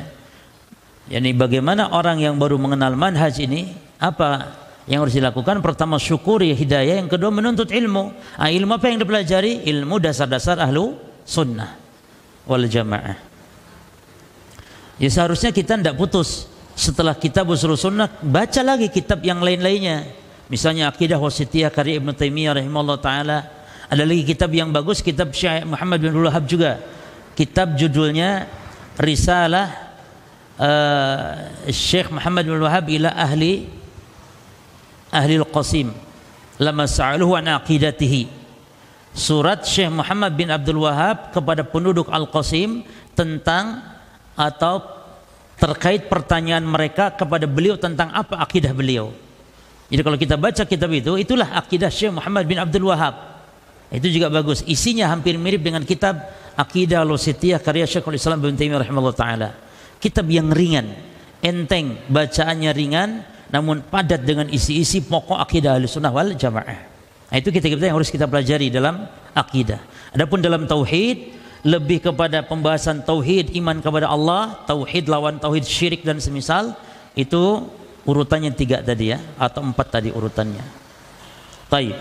B: Yani bagaimana orang yang baru mengenal manhaj ini, apa yang harus dilakukan? Pertama syukuri hidayah, yang kedua menuntut ilmu. Ah, ilmu apa yang dipelajari? Ilmu dasar-dasar ahlu sunnah wal jamaah. Ya seharusnya kita tidak putus. Setelah kitab usul sunnah, baca lagi kitab yang lain-lainnya. Misalnya Aqidah Wasithiyah karya Ibnu Taimiyah rahimahullah ta'ala. Ada lagi kitab yang bagus, kitab Syekh Muhammad bin Abdul Wahhab juga. Kitab judulnya Risalah uh, Syekh Muhammad bin Abdul Wahhab ila ahli ahli al-Qasim lama sa'aluhu an aqidatihi. Surat Syekh Muhammad bin Abdul Wahhab kepada penduduk Al-Qasim tentang atau terkait pertanyaan mereka kepada beliau tentang apa akidah beliau. Jadi kalau kita baca kitab itu, itulah akidah Syekh Muhammad bin Abdul Wahhab. Itu juga bagus. Isinya hampir mirip dengan kitab Aqidah Al-Wasithiyah karya Syekhul Islam Ibnu Taimiyah rahimahullah taala. Kitab yang ringan, enteng, bacaannya ringan, namun padat dengan isi-isi pokok akidah Ahlussunnah wal Jamaah. Nah, itu kitab-kitab yang harus kita pelajari dalam akidah. Adapun dalam tauhid, lebih kepada pembahasan tauhid iman kepada Allah, tauhid lawan tauhid syirik dan semisal, itu urutannya tiga tadi ya, atau empat tadi urutannya. Taib.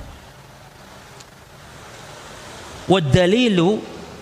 B: Wad-dalilu,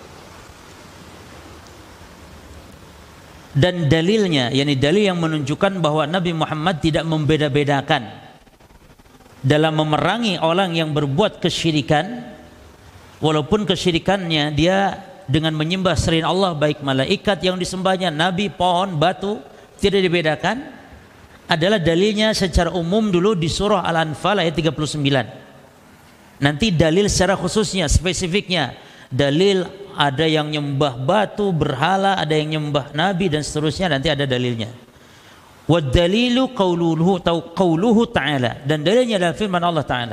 B: dan dalilnya, yakni dalil yang menunjukkan bahwa Nabi Muhammad tidak membeda-bedakan dalam memerangi orang yang berbuat kesyirikan, walaupun kesyirikannya dia dengan menyembah selain Allah, baik malaikat yang disembahnya, nabi, pohon, batu, tidak dibedakan, adalah dalilnya secara umum dulu di surah Al-Anfal ayat tiga puluh sembilan. Nanti dalil secara khususnya, spesifiknya, dalil ada yang nyembah batu, berhala, ada yang nyembah nabi dan seterusnya, nanti ada dalilnya. Wad dalilu qauluhu qauluhu ta'ala, dan dalilnya adalah firman Allah Ta'ala.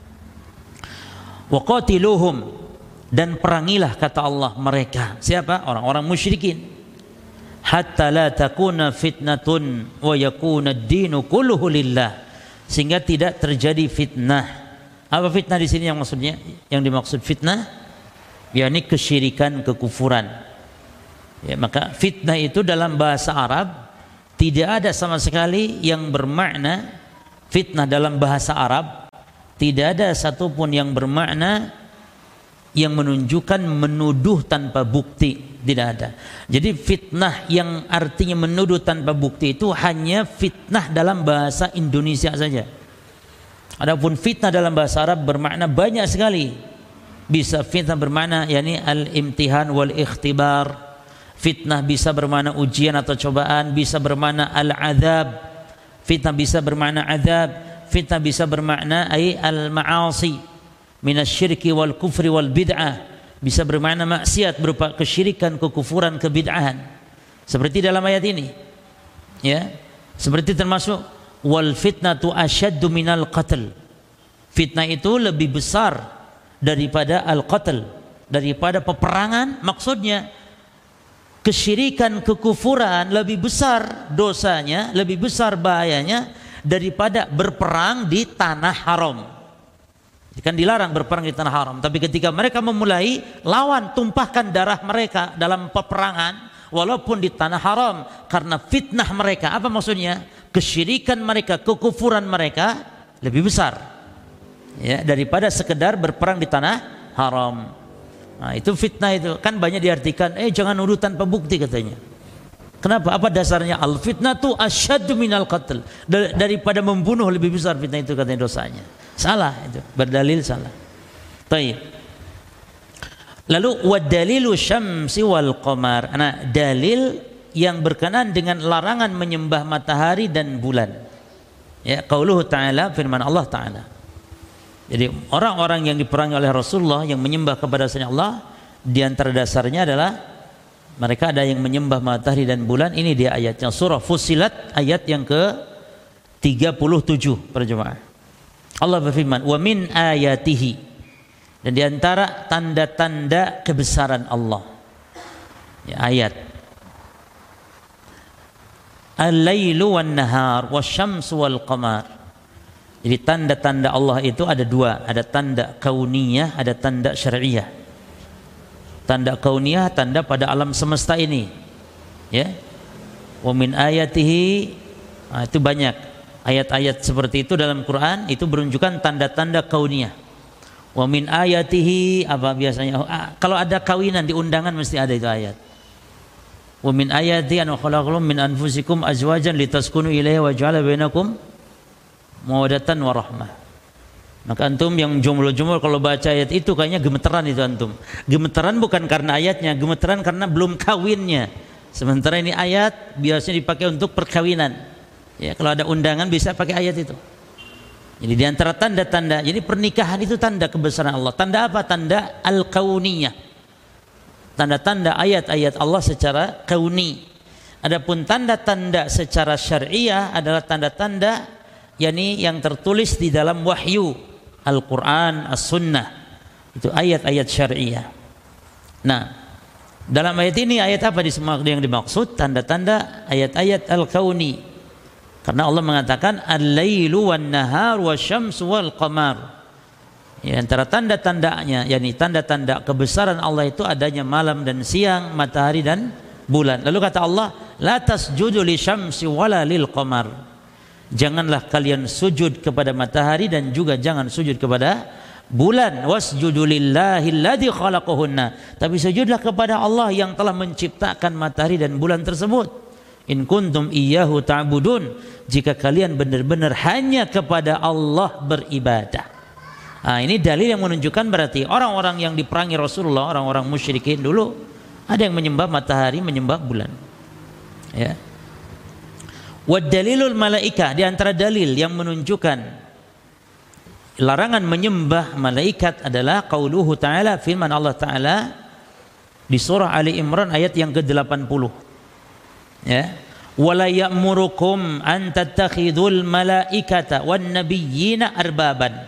B: Wa qatiluhum, dan perangilah kata Allah mereka. Siapa? Orang-orang musyrikin. Hatta la takuna fitnatun wa yakuna ad-dinu kulluhu lillah, sehingga tidak terjadi fitnah. Apa fitnah di sini yang maksudnya? Yang dimaksud fitnah yakni kesyirikan, kekufuran. Ya, maka fitnah itu dalam bahasa Arab tidak ada sama sekali yang bermakna fitnah dalam bahasa Arab, tidak ada satupun yang bermakna yang menunjukkan menuduh tanpa bukti, tidak ada. Jadi fitnah yang artinya menuduh tanpa bukti itu hanya fitnah dalam bahasa Indonesia saja. Adapun fitnah dalam bahasa Arab bermakna banyak sekali. Bisa fitnah bermakna yakni al-imtihan wal ikhtibar. Fitnah bisa bermakna ujian atau cobaan, bisa bermakna al-azab. Fitnah bisa bermakna azab. Fitnah bisa bermakna ay al-ma'asi minasyirki wal kufri wal bid'ah. Bisa bermakna maksiat berupa kesyirikan, kekufuran, kebid'ahan. Seperti dalam ayat ini. Ya. Seperti termasuk wal fitnatu asyaddu minal qatl. Fitnah itu lebih besar daripada al-qatl, daripada peperangan. Maksudnya kesyirikan, kekufuran lebih besar dosanya, lebih besar bahayanya daripada berperang di tanah haram. Kan dilarang berperang di tanah haram, tapi ketika mereka memulai lawan, tumpahkan darah mereka dalam peperangan walaupun di tanah haram, karena fitnah mereka. Apa maksudnya? Kesyirikan mereka, kekufuran mereka lebih besar ya daripada sekedar berperang di tanah haram. Nah, itu fitnah itu kan banyak diartikan, eh jangan nuduh tanpa bukti katanya. Kenapa? Apa dasarnya? Al fitnatu asyaddu minal qatl, daripada membunuh lebih besar fitnah itu katanya dosanya. Salah itu, berdalil salah. Baik. Lalu wad dalilu syamsi wal qamar. Nah, dalil yang berkenaan dengan larangan menyembah matahari dan bulan. Ya, qauluhu ta'ala, firman Allah Ta'ala. Jadi orang-orang yang diperangi oleh Rasulullah yang menyembah kepada selain Allah, di antara dasarnya adalah mereka ada yang menyembah matahari dan bulan. Ini dia ayatnya, surah Fussilat ayat yang ke tiga puluh tujuh para jemaah. Allah berfirman, wa min ayatihi, dan di antara tanda-tanda kebesaran Allah. Ya, ayat al-lailu wan nahar wasyamsu wal qamar. Jadi tanda-tanda Allah itu ada dua, ada tanda kauniyah, ada tanda syar'iyah. Tanda kauniyah, tanda pada alam semesta ini. Ya. Wa min ayatihi, nah, itu banyak ayat-ayat seperti itu dalam Quran, itu menunjukkan tanda-tanda kauniyah. Wa min ayatihi, apa biasanya? Oh, ah, kalau ada kawinan di undangan mesti ada itu ayat. Wa min ayati an khalaqakum min anfusikum azwajan litaskunu ilaiha wa ja'ala bainakum mawaddatan wa rahmah. Maka antum yang jomblo-jomblo kalau baca ayat itu kayaknya gemeteran itu antum. Gemeteran bukan karena ayatnya, gemeteran karena belum kawinnya. Sementara ini ayat biasanya dipakai untuk perkawinan. Ya, kalau ada undangan bisa pakai ayat itu. Jadi di antara tanda-tanda, jadi pernikahan itu tanda kebesaran Allah. Tanda apa? Tanda al-kauniyah. Tanda-tanda ayat-ayat Allah secara kauni. Adapun tanda-tanda secara syariah adalah tanda-tanda yakni yang tertulis di dalam wahyu Al-Quran, As-Sunnah. Itu ayat-ayat syariah. Nah, dalam ayat ini ayat apa yang dimaksud? Tanda-tanda ayat-ayat Al-Kauni. Karena Allah mengatakan Al-lailu wan-nahar wasyamsu wal-qamar. Ya, antara tanda-tandanya, yakni tanda-tanda kebesaran Allah itu adanya malam dan siang, matahari dan bulan. Lalu kata Allah, la tasjudu lisyamsi wala lil-qamar. Janganlah kalian sujud kepada matahari dan juga jangan sujud kepada bulan. Wasjudu lillahi alladzi khalaqahunna. Tapi sujudlah kepada Allah yang telah menciptakan matahari dan bulan tersebut. In kuntum iyyahu ta'budun. Jika kalian benar-benar hanya kepada Allah beribadah. Nah, ini dalil yang menunjukkan berarti orang-orang yang diperangi Rasulullah, orang-orang musyrikin dulu, ada yang menyembah matahari, menyembah bulan. Ya. Wa dalilul malaika, di antara dalil yang menunjukkan larangan menyembah malaikat adalah qauluhu ta'ala, firman Allah Ta'ala di surah Ali Imran ayat yang ke delapan puluh. Ya. Wala ya'murukum an tattakhidul malaikata wan nabiyyina arbaban.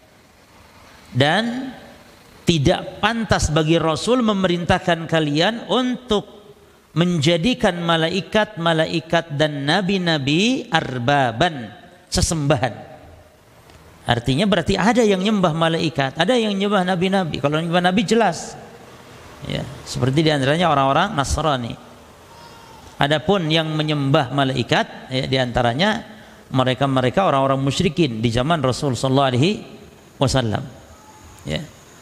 B: Dan tidak pantas bagi Rasul memerintahkan kalian untuk menjadikan malaikat-malaikat dan nabi-nabi arbaban, sesembahan. Artinya berarti ada yang nyembah malaikat, ada yang nyembah nabi-nabi. Kalau nyembah nabi jelas, ya, seperti diantaranya orang-orang Nasrani. Adapun yang menyembah malaikat, ya, diantaranya mereka-mereka orang-orang musyrikin di zaman Rasul Sallallahu Alaihi Wasallam. Ya.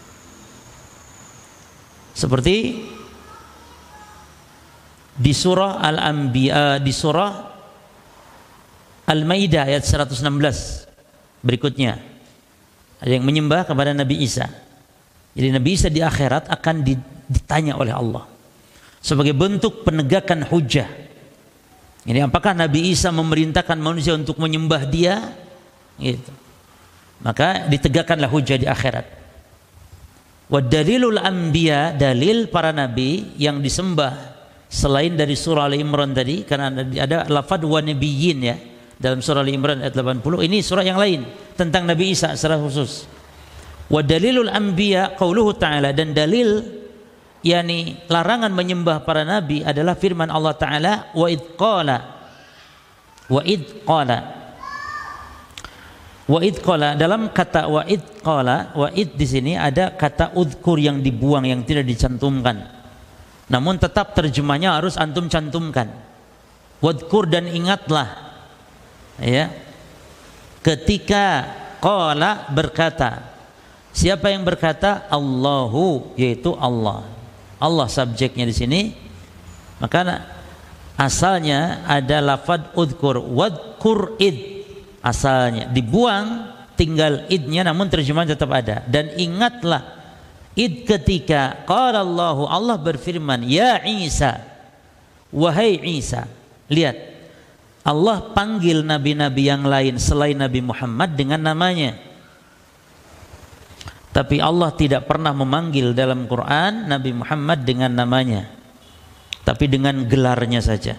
B: Seperti di surah Al-Anbiya, di surah Al-Maidah ayat seratus enam belas berikutnya, ada yang menyembah kepada Nabi Isa. Jadi Nabi Isa di akhirat akan ditanya oleh Allah sebagai bentuk penegakan hujah. Ini apakah Nabi Isa memerintahkan manusia untuk menyembah dia? Gitu. Maka ditegakkanlah hujah di akhirat. Wa dalilul anbiya, dalil para nabi yang disembah selain dari surah Ali Imran tadi, karena ada lafaz wa nabiyyin ya dalam surah Ali Imran ayat delapan puluh. Ini surah yang lain tentang Nabi Isa secara khusus. Wa dalilul anbiya qauluhu ta'ala, dan dalil yakni larangan menyembah para nabi adalah firman Allah Ta'ala, wa id qala wa id qala wa id qala. Dalam kata wa id qala, wa id di sini ada kata udhkur yang dibuang, yang tidak dicantumkan. Namun tetap terjemahnya harus antum cantumkan. Wadhkur, dan ingatlah, ya, ketika qala berkata. Siapa yang berkata? Allahu, yaitu Allah. Allah subjeknya di sini. Maka asalnya ada lafaz udhkur, wadhkur id. Asalnya dibuang, tinggal idnya, namun terjemahan tetap ada. Dan ingatlah id ketika qala Allahu, Allah berfirman, ya Isa, wahai Isa. Lihat, Allah panggil nabi-nabi yang lain selain Nabi Muhammad dengan namanya. Tapi Allah tidak pernah memanggil dalam Quran Nabi Muhammad dengan namanya, tapi dengan gelarnya saja.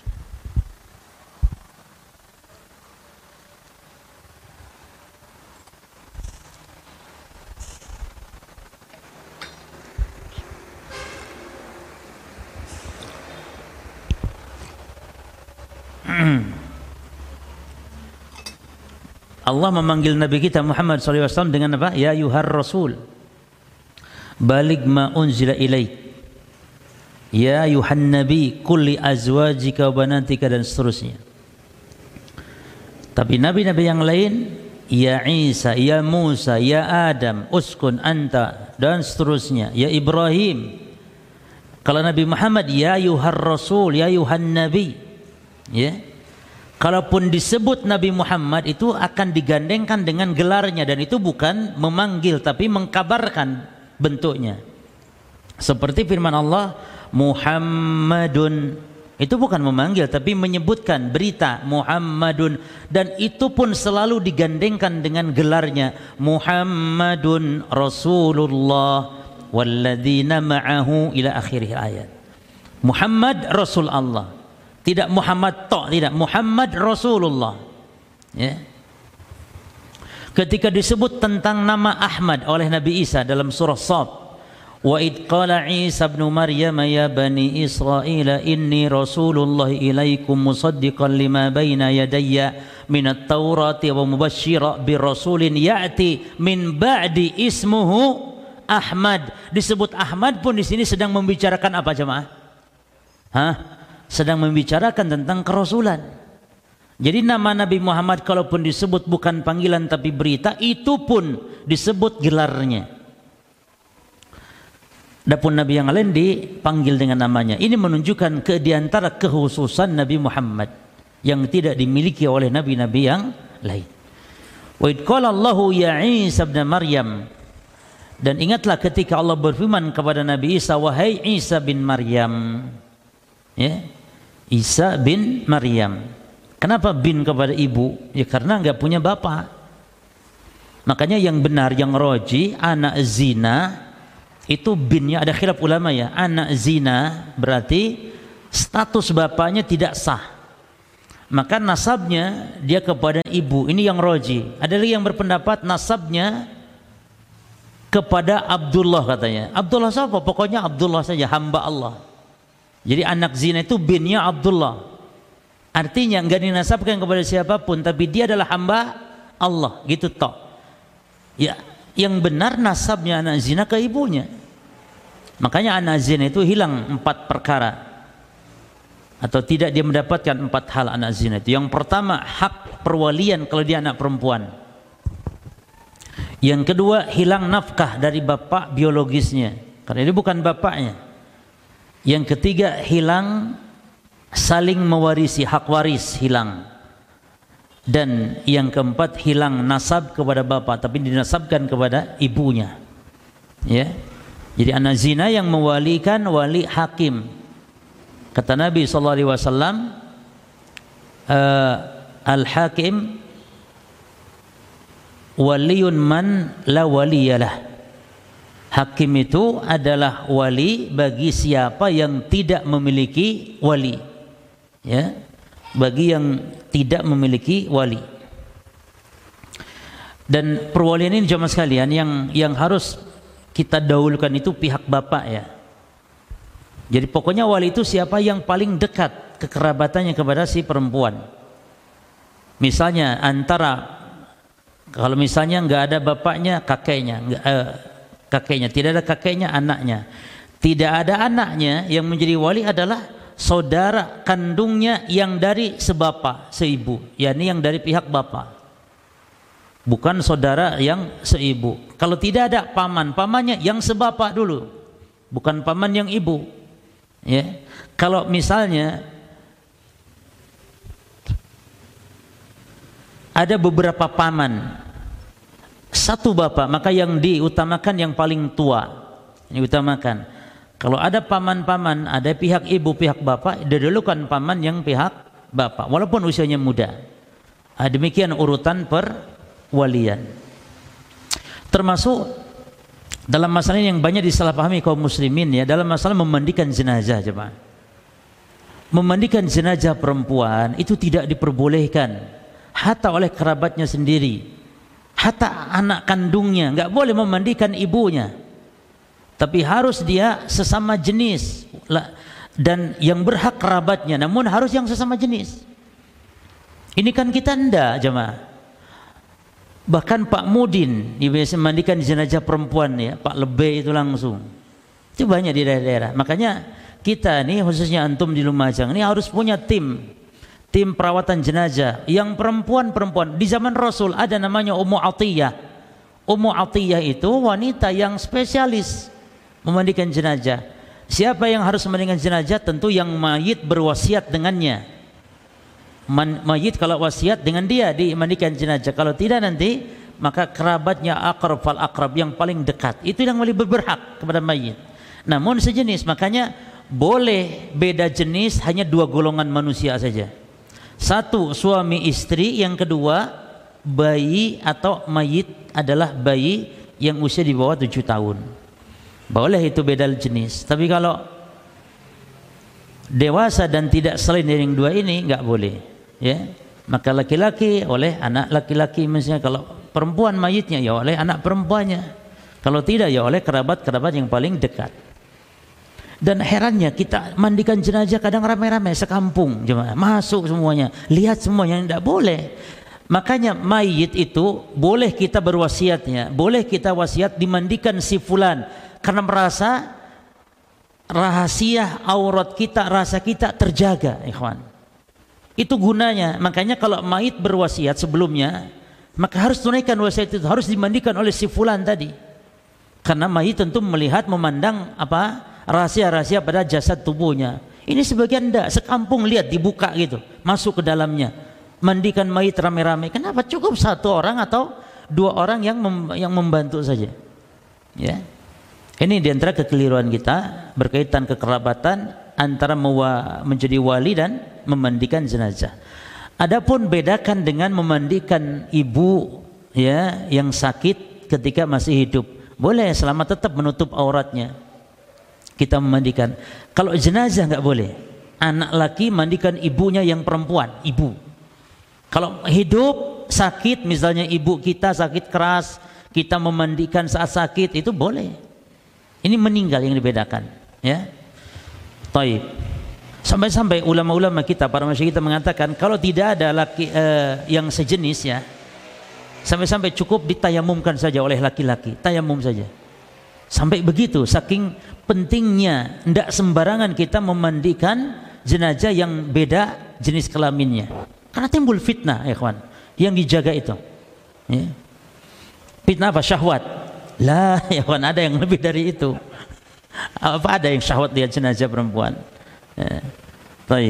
B: Allah memanggil Nabi kita Muhammad shallallahu alaihi wasallam dengan apa? Ya yuhar Rasul, balig ma unzila ilaik. Ya yuhan Nabi, kulli azwajika wa banatika, dan seterusnya. Tapi nabi-nabi yang lain, ya Isa, ya Musa, ya Adam, uskun anta, dan seterusnya. Ya Ibrahim, Kalau Nabi Muhammad ya ayuhar rasul, ya ayuhan nabi, ya. Kalaupun disebut Nabi Muhammad itu akan digandengkan dengan gelarnya, dan itu bukan memanggil tapi mengkabarkan bentuknya. Seperti firman Allah Muhammadun, itu bukan memanggil tapi menyebutkan berita Muhammadun, dan itu pun selalu digandengkan dengan gelarnya Muhammadun Rasulullah walladzina ma'ahu ila akhirih ayat. Muhammad Rasul Allah, tidak Muhammad tok, tidak, Muhammad Rasulullah, ya. Ketika disebut tentang nama Ahmad oleh Nabi Isa dalam surah Shad, wa id qala Isa ibn Maryam ya bani Israil inni rasulullah ilaikum musaddiqan lima baina yadayya minat taurati wa mubashshira bi rasulin ya'ti min ba'di ismuhu Ahmad. Disebut Ahmad pun di sini sedang membicarakan apa jemaah? Hah? Sedang membicarakan tentang kerasulan. Jadi nama Nabi Muhammad kalaupun disebut bukan panggilan tapi berita, itu pun disebut gelarnya. Adapun Nabi yang lain dipanggil dengan namanya. Ini menunjukkan ke diantara kekhususan Nabi Muhammad yang tidak dimiliki oleh nabi-nabi yang lain. Wa id qala Allahu ya Isa ibn Maryam, dan ingatlah ketika Allah berfirman kepada Nabi Isa, wahai Isa bin Maryam, ya, Isa bin Maryam. Kenapa bin kepada ibu? Ya karena enggak punya bapak. Makanya yang benar, yang roji, anak zina itu binnya, ada khilaf ulama ya. Anak zina berarti status bapaknya tidak sah, maka nasabnya dia kepada ibu. Ini yang roji. Ada lagi yang berpendapat nasabnya kepada Abdullah, katanya. Abdullah siapa? Pokoknya Abdullah saja, hamba Allah. Jadi anak zina itu binnya Abdullah. Artinya enggak dinasabkan kepada siapapun, tapi dia adalah hamba Allah, gitu toh. Ya, yang benar nasabnya anak zina ke ibunya. Makanya anak zina itu hilang empat perkara, atau tidak dia mendapatkan empat hal anak zina itu. Yang pertama, hak perwalian kalau dia anak perempuan. Yang kedua, hilang nafkah dari bapak biologisnya karena dia bukan bapaknya. Yang ketiga, hilang saling mewarisi, hak waris hilang. Dan yang keempat, hilang nasab kepada bapak tapi dinasabkan kepada ibunya, ya. Jadi anak zina yang mewalikan wali hakim. Kata Nabi sallallahu alaihi wasallam, uh, al-hakim waliyun man la waliyalah. Hakim itu adalah wali bagi siapa yang tidak memiliki wali, ya, bagi yang tidak memiliki wali. Dan perwalian ini jemaah sekalian, yang yang harus kita dahulukan itu pihak bapak, ya. Jadi pokoknya wali itu siapa yang paling dekat kekerabatannya kepada si perempuan. Misalnya antara, kalau misalnya nggak ada bapaknya, kakeknya, nggak, eh, kakeknya, tidak ada kakeknya, anaknya. Tidak ada anaknya, yang menjadi wali adalah saudara kandungnya yang dari sebapa, seibu, yakni yang dari pihak bapak, bukan saudara yang seibu. Kalau tidak ada paman, pamannya yang sebapa dulu, bukan paman yang ibu, ya. Kalau misalnya ada beberapa paman, satu bapak, maka yang diutamakan yang paling tua, ini utamakan. Kalau ada paman-paman, ada pihak ibu, pihak bapak, didahulukan paman yang pihak bapak, walaupun usianya muda. Nah, demikian urutan perwalian. Termasuk dalam masalah yang banyak disalahpahami kaum muslimin, ya, dalam masalah memandikan jenazah, jemaah. Memandikan jenazah perempuan itu tidak diperbolehkan, hatta oleh kerabatnya sendiri, hatta anak kandungnya nggak boleh memandikan ibunya. Tapi harus dia sesama jenis, dan yang berhak kerabatnya, namun harus yang sesama jenis. Ini kan kita enggak, jemaah. Bahkan Pak Mudin dia biasa mandikan jenazah perempuan, ya, Pak Lebay itu langsung. Itu banyak di daerah-daerah. Makanya kita nih, khususnya antum di Lumajang ini harus punya tim, tim perawatan jenazah yang perempuan-perempuan. Di zaman Rasul ada namanya Ummu Atiyah. Ummu Atiyah itu wanita yang spesialis memandikan jenazah. Siapa yang harus memandikan jenazah? Tentu yang mayit berwasiat dengannya. Man, mayit kalau wasiat dengan dia dimandikan jenazah. Kalau tidak nanti maka kerabatnya, aqrab fal aqrab, yang paling dekat itu yang paling berhak kepada mayit. Namun sejenis, makanya boleh beda jenis hanya dua golongan manusia saja. Satu suami istri, yang kedua bayi atau mayit adalah bayi yang usia di bawah tujuh tahun. Boleh itu beda jenis. Tapi kalau dewasa dan tidak selain dari yang dua ini nggak boleh, ya. Maka laki-laki oleh anak laki-laki, misalnya kalau perempuan mayitnya ya oleh anak perempuannya. Kalau tidak ya oleh kerabat-kerabat yang paling dekat. Dan herannya kita mandikan jenazah kadang ramai-ramai sekampung, jemaah masuk semuanya, lihat semuanya, tidak boleh. Makanya mayit itu boleh kita berwasiatnya, boleh kita wasiat dimandikan si fulan, karena merasa rahasia aurat kita, rasa kita terjaga, ikhwan. Itu gunanya. Makanya kalau mayit berwasiat sebelumnya, maka harus tunaikan wasiat itu, harus dimandikan oleh si fulan tadi. Karena mayit tentu melihat, memandang apa? Rahasia-rahasia pada jasad tubuhnya. Ini sebagian enggak, sekampung lihat dibuka gitu, masuk ke dalamnya. Mandikan mayit rame-rame. Kenapa? Cukup satu orang atau dua orang yang mem yang membantu saja. Ya. Ini diantara kekeliruan kita berkaitan kekerabatan antara menjadi wali dan memandikan jenazah. Adapun bedakan dengan memandikan ibu ya yang sakit ketika masih hidup, boleh selama tetap menutup auratnya. Kita memandikan. Kalau jenazah nggak boleh. Anak laki mandikan ibunya yang perempuan, ibu. Kalau hidup sakit, misalnya ibu kita sakit keras, kita memandikan saat sakit, itu boleh. Ini meninggal yang dibedakan, ya. Taib. Sampai-sampai ulama-ulama kita, para masyayikh kita mengatakan kalau tidak ada laki eh, yang sejenis, ya, sampai-sampai cukup ditayamumkan saja oleh laki-laki, tayamum saja. Sampai begitu, saking pentingnya, tidak sembarangan kita memandikan jenazah yang beda jenis kelaminnya. Karena timbul fitnah, ya kawan, yang dijaga itu. Ya. Fitnah apa? Syahwat. Lah, ya kawan, ada yang lebih dari itu. Apa ada yang syahwat lihat jenazah perempuan? Ya. Taib.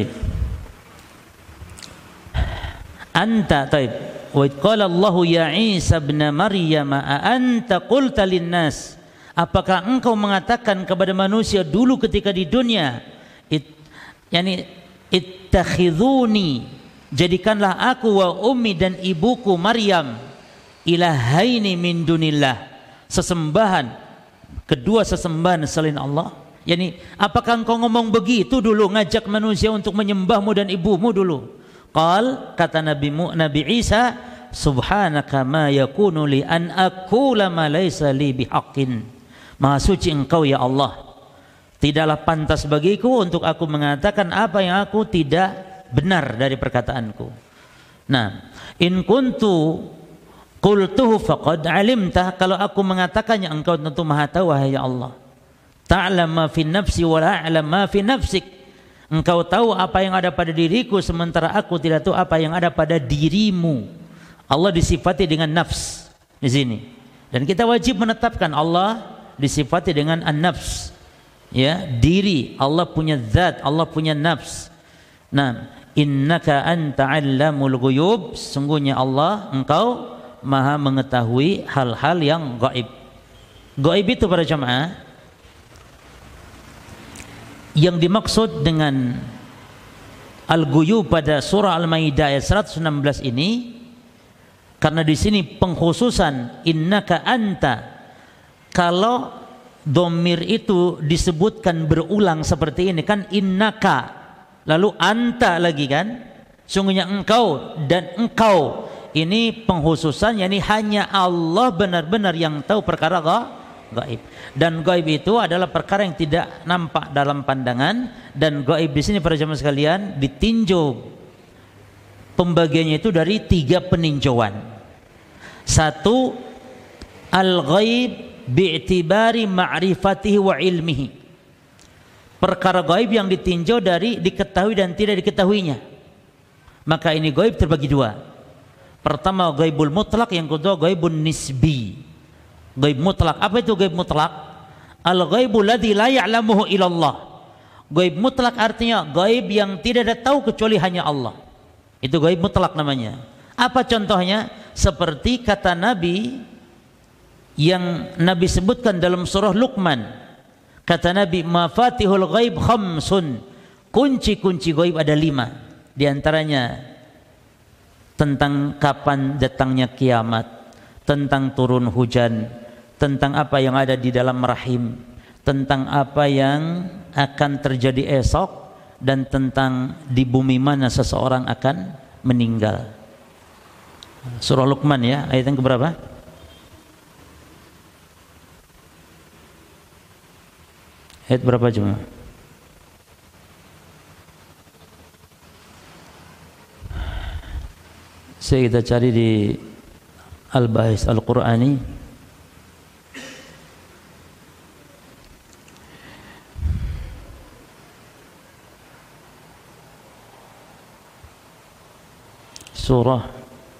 B: Anta, taib. Wa qala Allahu ya Isa ibn Maryam a anta qulta lin-nas, apakah engkau mengatakan kepada manusia dulu ketika di dunia, it, yani ittakhidhuni, jadikanlah aku wa ummi dan ibuku Maryam ilahaini min dunillah, sesembahan, kedua sesembahan selain Allah. Yani apakah engkau ngomong begitu dulu, ngajak manusia untuk menyembahmu dan ibumu dulu? Qal, kata Nabi Nabi Isa, subhanaka ma yakunu li an aqula ma laysa li bihaqqin. Maha suci engkau ya Allah, tidaklah pantas bagiku untuk aku mengatakan apa yang aku tidak benar dari perkataanku. Nah, in kuntu qultuhu faqad alimta, kalau aku mengatakannya engkau tentu maha tahu wahai ya Allah. Ta'lam ma fi nafsi wa la a'lam ma fi nafsik, engkau tahu apa yang ada pada diriku sementara aku tidak tahu apa yang ada pada dirimu. Allah disifati dengan nafs di sini, dan kita wajib menetapkan Allah disifati dengan an-nafs, ya, diri. Allah punya zat, Allah punya nafs. Nah, innaka anta 'allamul ghuyub, sungguhnya Allah engkau maha mengetahui hal-hal yang gaib. Gaib itu para jamaah, yang dimaksud dengan al-ghuyub pada surah Al-Maidah ayat seratus enam belas ini, karena di sini pengkhususan innaka anta, kalau domir itu disebutkan berulang seperti ini kan, innaka lalu anta lagi kan, sungguhnya engkau dan engkau, ini pengkhususan, yakni hanya Allah benar-benar yang tahu perkara gaib. Dan gaib itu adalah perkara yang tidak nampak dalam pandangan, dan gaib di sini para jemaah sekalian ditinjau pembagiannya itu dari tiga peninjauan. Satu, al-ghaib bi'tibari ma'rifatihi wa ilmihi, perkara gaib yang ditinjau dari diketahui dan tidak diketahuinya. Maka ini gaib terbagi dua. Pertama gaibul mutlak, yang kedua gaibun nisbi. Gaib mutlak, apa itu gaib mutlak? Al-ghaibu ladzi la ya'lamuhu illallah. Gaib mutlak artinya gaib yang tidak ada tahu kecuali hanya Allah. Itu gaib mutlak namanya. Apa contohnya? Seperti kata Nabi yang Nabi sebutkan dalam surah Luqman. Kata Nabi, mafatihul ghaib khamsun. Kunci-kunci gaib ada lima. Di antaranya tentang kapan datangnya kiamat, tentang turun hujan, tentang apa yang ada di dalam rahim, tentang apa yang akan terjadi esok, dan tentang di bumi mana seseorang akan meninggal. Surah Luqman ya, ayat yang keberapa? Ayat berapa cuma? Saya kita cari di Al-Bahis Al-Qur'ani. Surah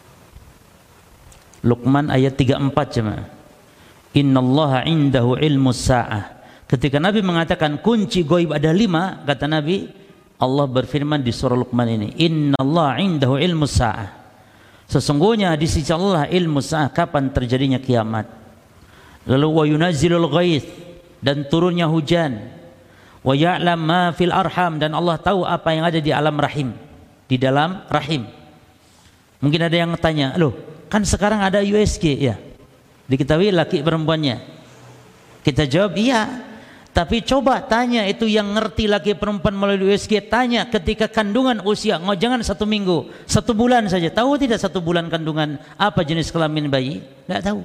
B: Luqman ayat tiga puluh empat jemaah. Innallaha indahu ilmus sa'ah. Ketika Nabi mengatakan kunci gaib ada lima, kata Nabi, Allah berfirman di surah Luqman ini, innallaha indahu ilmus sa'ah. Sesungguhnya di sisi Allah ilmu sa'ah, kapan terjadinya kiamat. Lalu wa yunazzilul ghaith, dan turunnya hujan. Wa ya'lam ma fil arham, dan Allah tahu apa yang ada di alam rahim, di dalam rahim. Mungkin ada yang tanya, loh kan sekarang ada U S G ya, diketahui laki perempuannya. Kita jawab iya, tapi coba tanya itu yang ngerti laki perempuan melalui U S G, tanya ketika kandungan usia, nggak jangan satu minggu, satu bulan saja, tahu tidak satu bulan kandungan apa jenis kelamin bayi? Nggak tahu.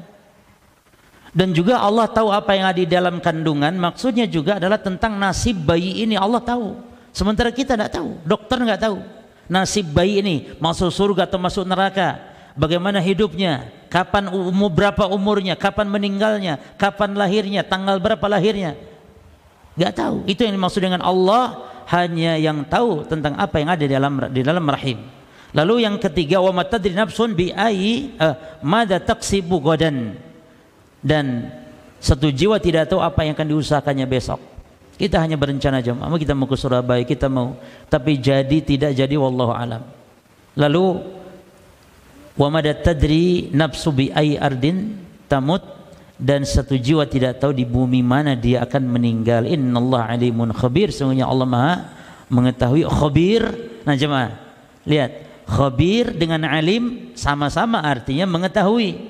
B: Dan juga Allah tahu apa yang ada di dalam kandungan, maksudnya juga adalah tentang nasib bayi ini Allah tahu, sementara kita nggak tahu, dokter nggak tahu nasib bayi ini, masuk surga atau masuk neraka, bagaimana hidupnya, kapan umur, berapa umurnya, kapan meninggalnya, kapan lahirnya, tanggal berapa lahirnya, nggak tahu. Itu yang dimaksud dengan Allah hanya yang tahu tentang apa yang ada di dalam di dalam rahim. Lalu yang ketiga, wa matadri nafsun bi ayyi madza taksibu ghadan, dan satu jiwa tidak tahu apa yang akan diusahakannya besok. Kita hanya berencana aja, mau kita mau ke Surabaya, kita mau, tapi jadi tidak jadi, wallahu alam. Lalu wa madat tadri nafsu bi ayyi ardin tamut, dan satu jiwa tidak tahu di bumi mana dia akan meninggal. Innallaha alimun khabir, sungguhnya Allah Maha mengetahui. Khabir, nah jemaah lihat, khabir dengan alim sama-sama artinya mengetahui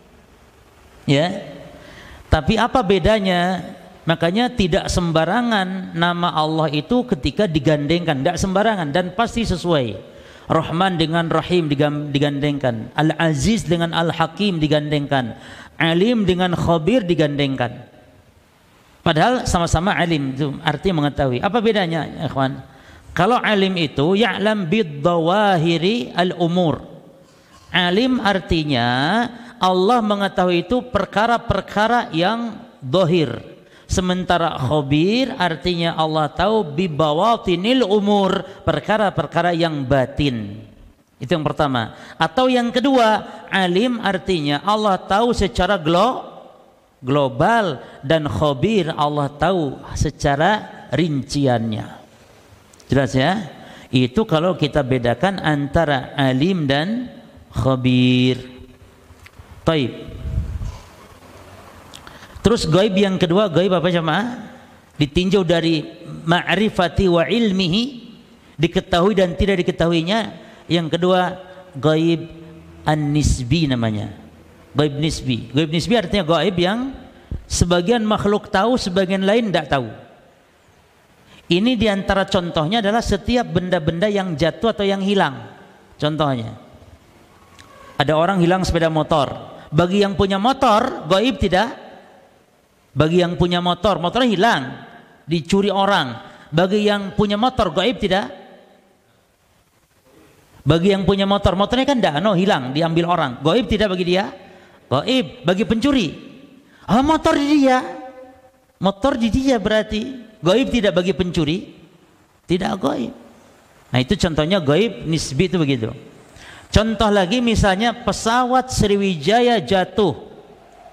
B: ya, tapi apa bedanya? Makanya tidak sembarangan nama Allah itu ketika digandengkan, tidak sembarangan, dan pasti sesuai. Rahman dengan Rahim digandengkan, Al-Aziz dengan Al-Hakim digandengkan, Alim dengan Khabir digandengkan. Padahal sama-sama alim, itu artinya mengetahui. Apa bedanya, ya ikhwan? Kalau alim itu ya'lam bid-dawahiri al-umur. Alim artinya Allah mengetahui itu perkara-perkara yang zahir. Sementara khabir artinya Allah tahu bibawatinil umur, perkara-perkara yang batin. Itu yang pertama. Atau yang kedua, alim artinya Allah tahu secara glo global, dan khabir Allah tahu secara rinciannya. Jelas ya? Itu kalau kita bedakan antara alim dan khabir. Taib. Terus gaib yang kedua, gaib apa jemaah? Ditinjau dari ma'rifati wa ilmihi, diketahui dan tidak diketahuinya. Yang kedua, gaib an-nisbi namanya. Gaib nisbi. Gaib nisbi artinya gaib yang sebagian makhluk tahu, sebagian lain tidak tahu. Ini diantara contohnya adalah setiap benda-benda yang jatuh atau yang hilang. Contohnya, ada orang hilang sepeda motor. Bagi yang punya motor, gaib tidak. Bagi yang punya motor, motornya hilang, dicuri orang. Bagi yang punya motor, gaib tidak. Bagi yang punya motor, motornya kan tidak, no, hilang, diambil orang. Gaib tidak bagi dia. Gaib bagi pencuri. Ah, motor di dia, motor di dia berarti gaib tidak bagi pencuri. Tidak gaib. Nah itu contohnya gaib nisbi, itu begitu. Contoh lagi misalnya pesawat Sriwijaya jatuh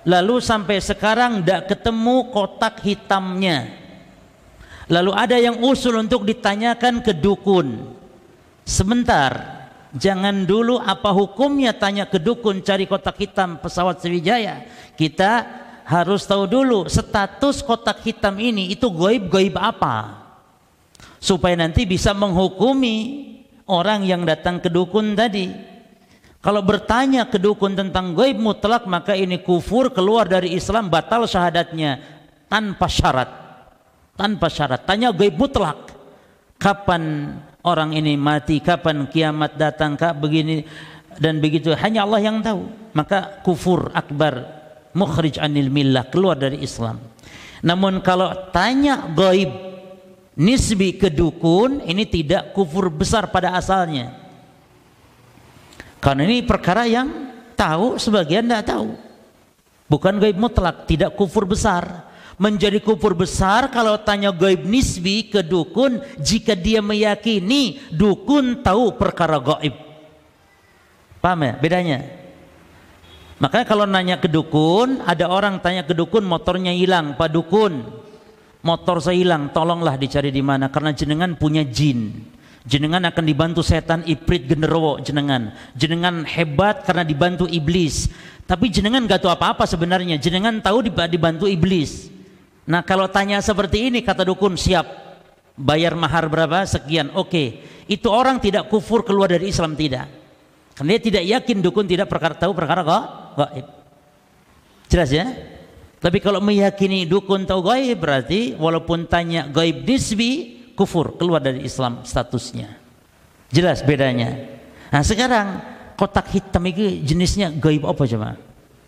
B: lalu sampai sekarang tidak ketemu kotak hitamnya. Lalu ada yang usul untuk ditanyakan ke dukun. Sebentar, jangan dulu apa hukumnya tanya ke dukun cari kotak hitam pesawat Sriwijaya. Kita harus tahu dulu status kotak hitam ini itu goib-goib apa, supaya nanti bisa menghukumi orang yang datang ke dukun tadi. Kalau bertanya ke dukun tentang gaib mutlak, maka ini kufur, keluar dari Islam, batal syahadatnya tanpa syarat. Tanpa syarat. Tanya gaib mutlak. Kapan orang ini mati, kapan kiamat datang, kah begini dan begitu, hanya Allah yang tahu. Maka kufur akbar, mukhrij anil millah, keluar dari Islam. Namun kalau tanya gaib nisbi ke dukun, ini tidak kufur besar pada asalnya. Karena ini perkara yang tahu, sebagian tidak tahu. Bukan gaib mutlak, tidak kufur besar. Menjadi kufur besar kalau tanya gaib nisbi ke dukun jika dia meyakini dukun tahu perkara gaib. Paham ya bedanya? Makanya kalau nanya ke dukun, ada orang tanya ke dukun motornya hilang, Pak Dukun, motor saya hilang, tolonglah dicari di mana, karena jenengan punya jin. Jenengan akan dibantu setan Ifrit genderuwo jenengan. Jenengan hebat karena dibantu iblis. Tapi jenengan gak tahu apa-apa sebenarnya. Jenengan tahu dibantu iblis. Nah kalau tanya seperti ini, kata dukun, siap. Bayar mahar berapa? Sekian. Oke. Itu orang tidak kufur keluar dari Islam, tidak. Karena dia tidak yakin dukun tidak perkara tahu perkara gaib. Jelas ya? Tapi kalau meyakini dukun tahu gaib, berarti walaupun tanya gaib nisbi, kufur, keluar dari Islam statusnya. Jelas bedanya. Nah sekarang kotak hitam itu jenisnya gaib apa coba?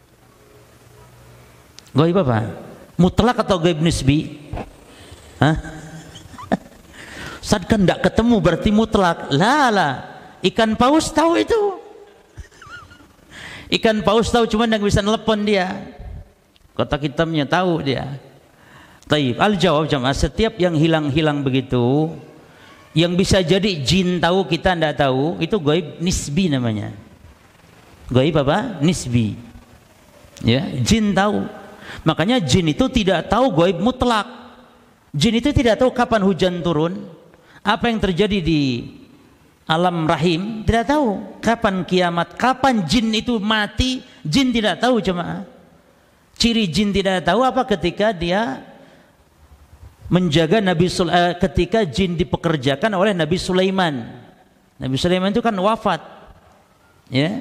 B: Gaib apa? Mutlak atau gaib nisbi? Hah? Saat kan tidak ketemu berarti mutlak. Lah lah, ikan paus tahu itu. Ikan paus tahu, cuma yang bisa nelpon dia. Kotak hitamnya tahu dia. Taib, al-jawab jamaah, setiap yang hilang-hilang begitu, yang bisa jadi jin tahu kita tidak tahu, itu gaib nisbi namanya. Gaib apa? Nisbi. Ya, jin tahu. Makanya jin itu tidak tahu gaib mutlak. Jin itu tidak tahu kapan hujan turun, apa yang terjadi di alam rahim, tidak tahu. Kapan kiamat, kapan jin itu mati, jin tidak tahu jemaah. Ciri jin tidak tahu apa? Ketika dia menjaga Nabi Sul uh, ketika jin dipekerjakan oleh Nabi Sulaiman. Nabi Sulaiman itu kan wafat, ya.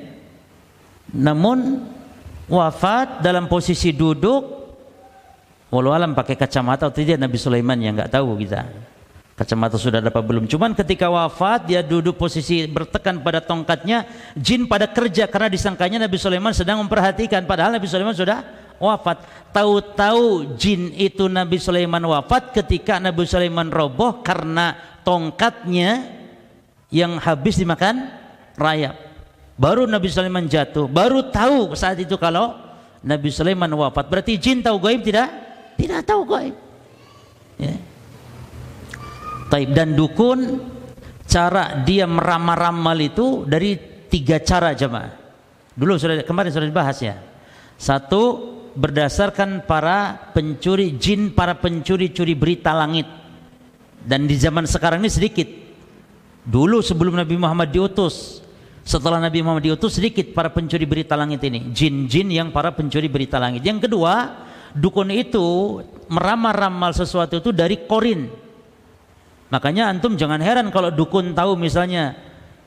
B: Namun wafat dalam posisi duduk, walau alam pakai kacamata atau tidak Nabi Sulaiman, yang nggak tahu kita. Kacamata sudah ada apa belum? Cuman ketika wafat dia duduk posisi bertekan pada tongkatnya, jin pada kerja karena disangkanya Nabi Sulaiman sedang memperhatikan, padahal Nabi Sulaiman sudah wafat. Tahu-tahu jin itu Nabi Sulaiman wafat ketika Nabi Sulaiman roboh karena tongkatnya yang habis dimakan rayap. Baru Nabi Sulaiman jatuh, baru tahu saat itu kalau Nabi Sulaiman wafat. Berarti jin tahu gaib tidak? Tidak tahu gaib. Ya. Taib. Dan dukun, cara dia meramal-ramal itu dari tiga cara jemaah. Dulu sudah kemarin sudah dibahas ya. Satu, berdasarkan para pencuri jin, para pencuri-curi berita langit. Dan di zaman sekarang ini sedikit. Dulu sebelum Nabi Muhammad diutus, setelah Nabi Muhammad diutus sedikit para pencuri berita langit ini, jin-jin yang para pencuri berita langit. Yang kedua, dukun itu meramal-ramal sesuatu itu dari korin. Makanya antum jangan heran kalau dukun tahu misalnya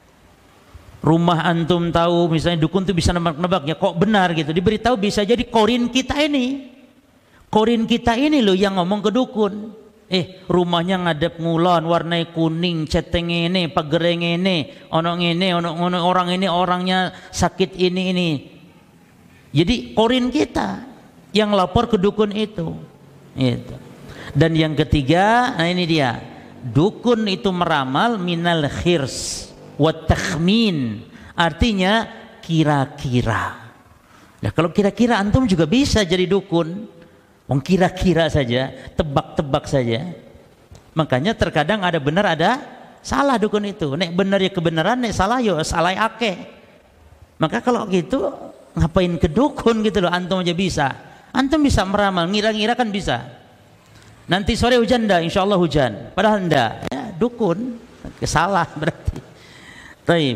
B: rumah antum, tahu misalnya dukun itu bisa nebak-nebak, ya kok benar gitu. Diberitahu bisa jadi korin kita ini. Korin kita ini loh yang ngomong ke dukun. Eh rumahnya ngadep ngulon, warnai kuning, ceteng ini, pagereng ini, ono ini, ono, ono orang ini orangnya sakit ini ini. Jadi korin kita yang lapor ke dukun itu. Itu. Dan yang ketiga, nah ini dia. Dukun itu meramal minal khirs wa takhmin, artinya kira-kira. Nah kalau kira-kira antum juga bisa jadi dukun. Wong kira-kira saja, tebak-tebak saja. Makanya terkadang ada benar ada salah dukun itu. Nek benar ya kebenaran, nek salah ya salah ake. Maka kalau gitu ngapain ke dukun gitu loh, antum aja bisa. Antum bisa meramal, ngira-ngira kan bisa. Nanti sore hujan enggak? Insya Allah hujan. Padahal enggak. Ya, dukun. Salah berarti. Baik.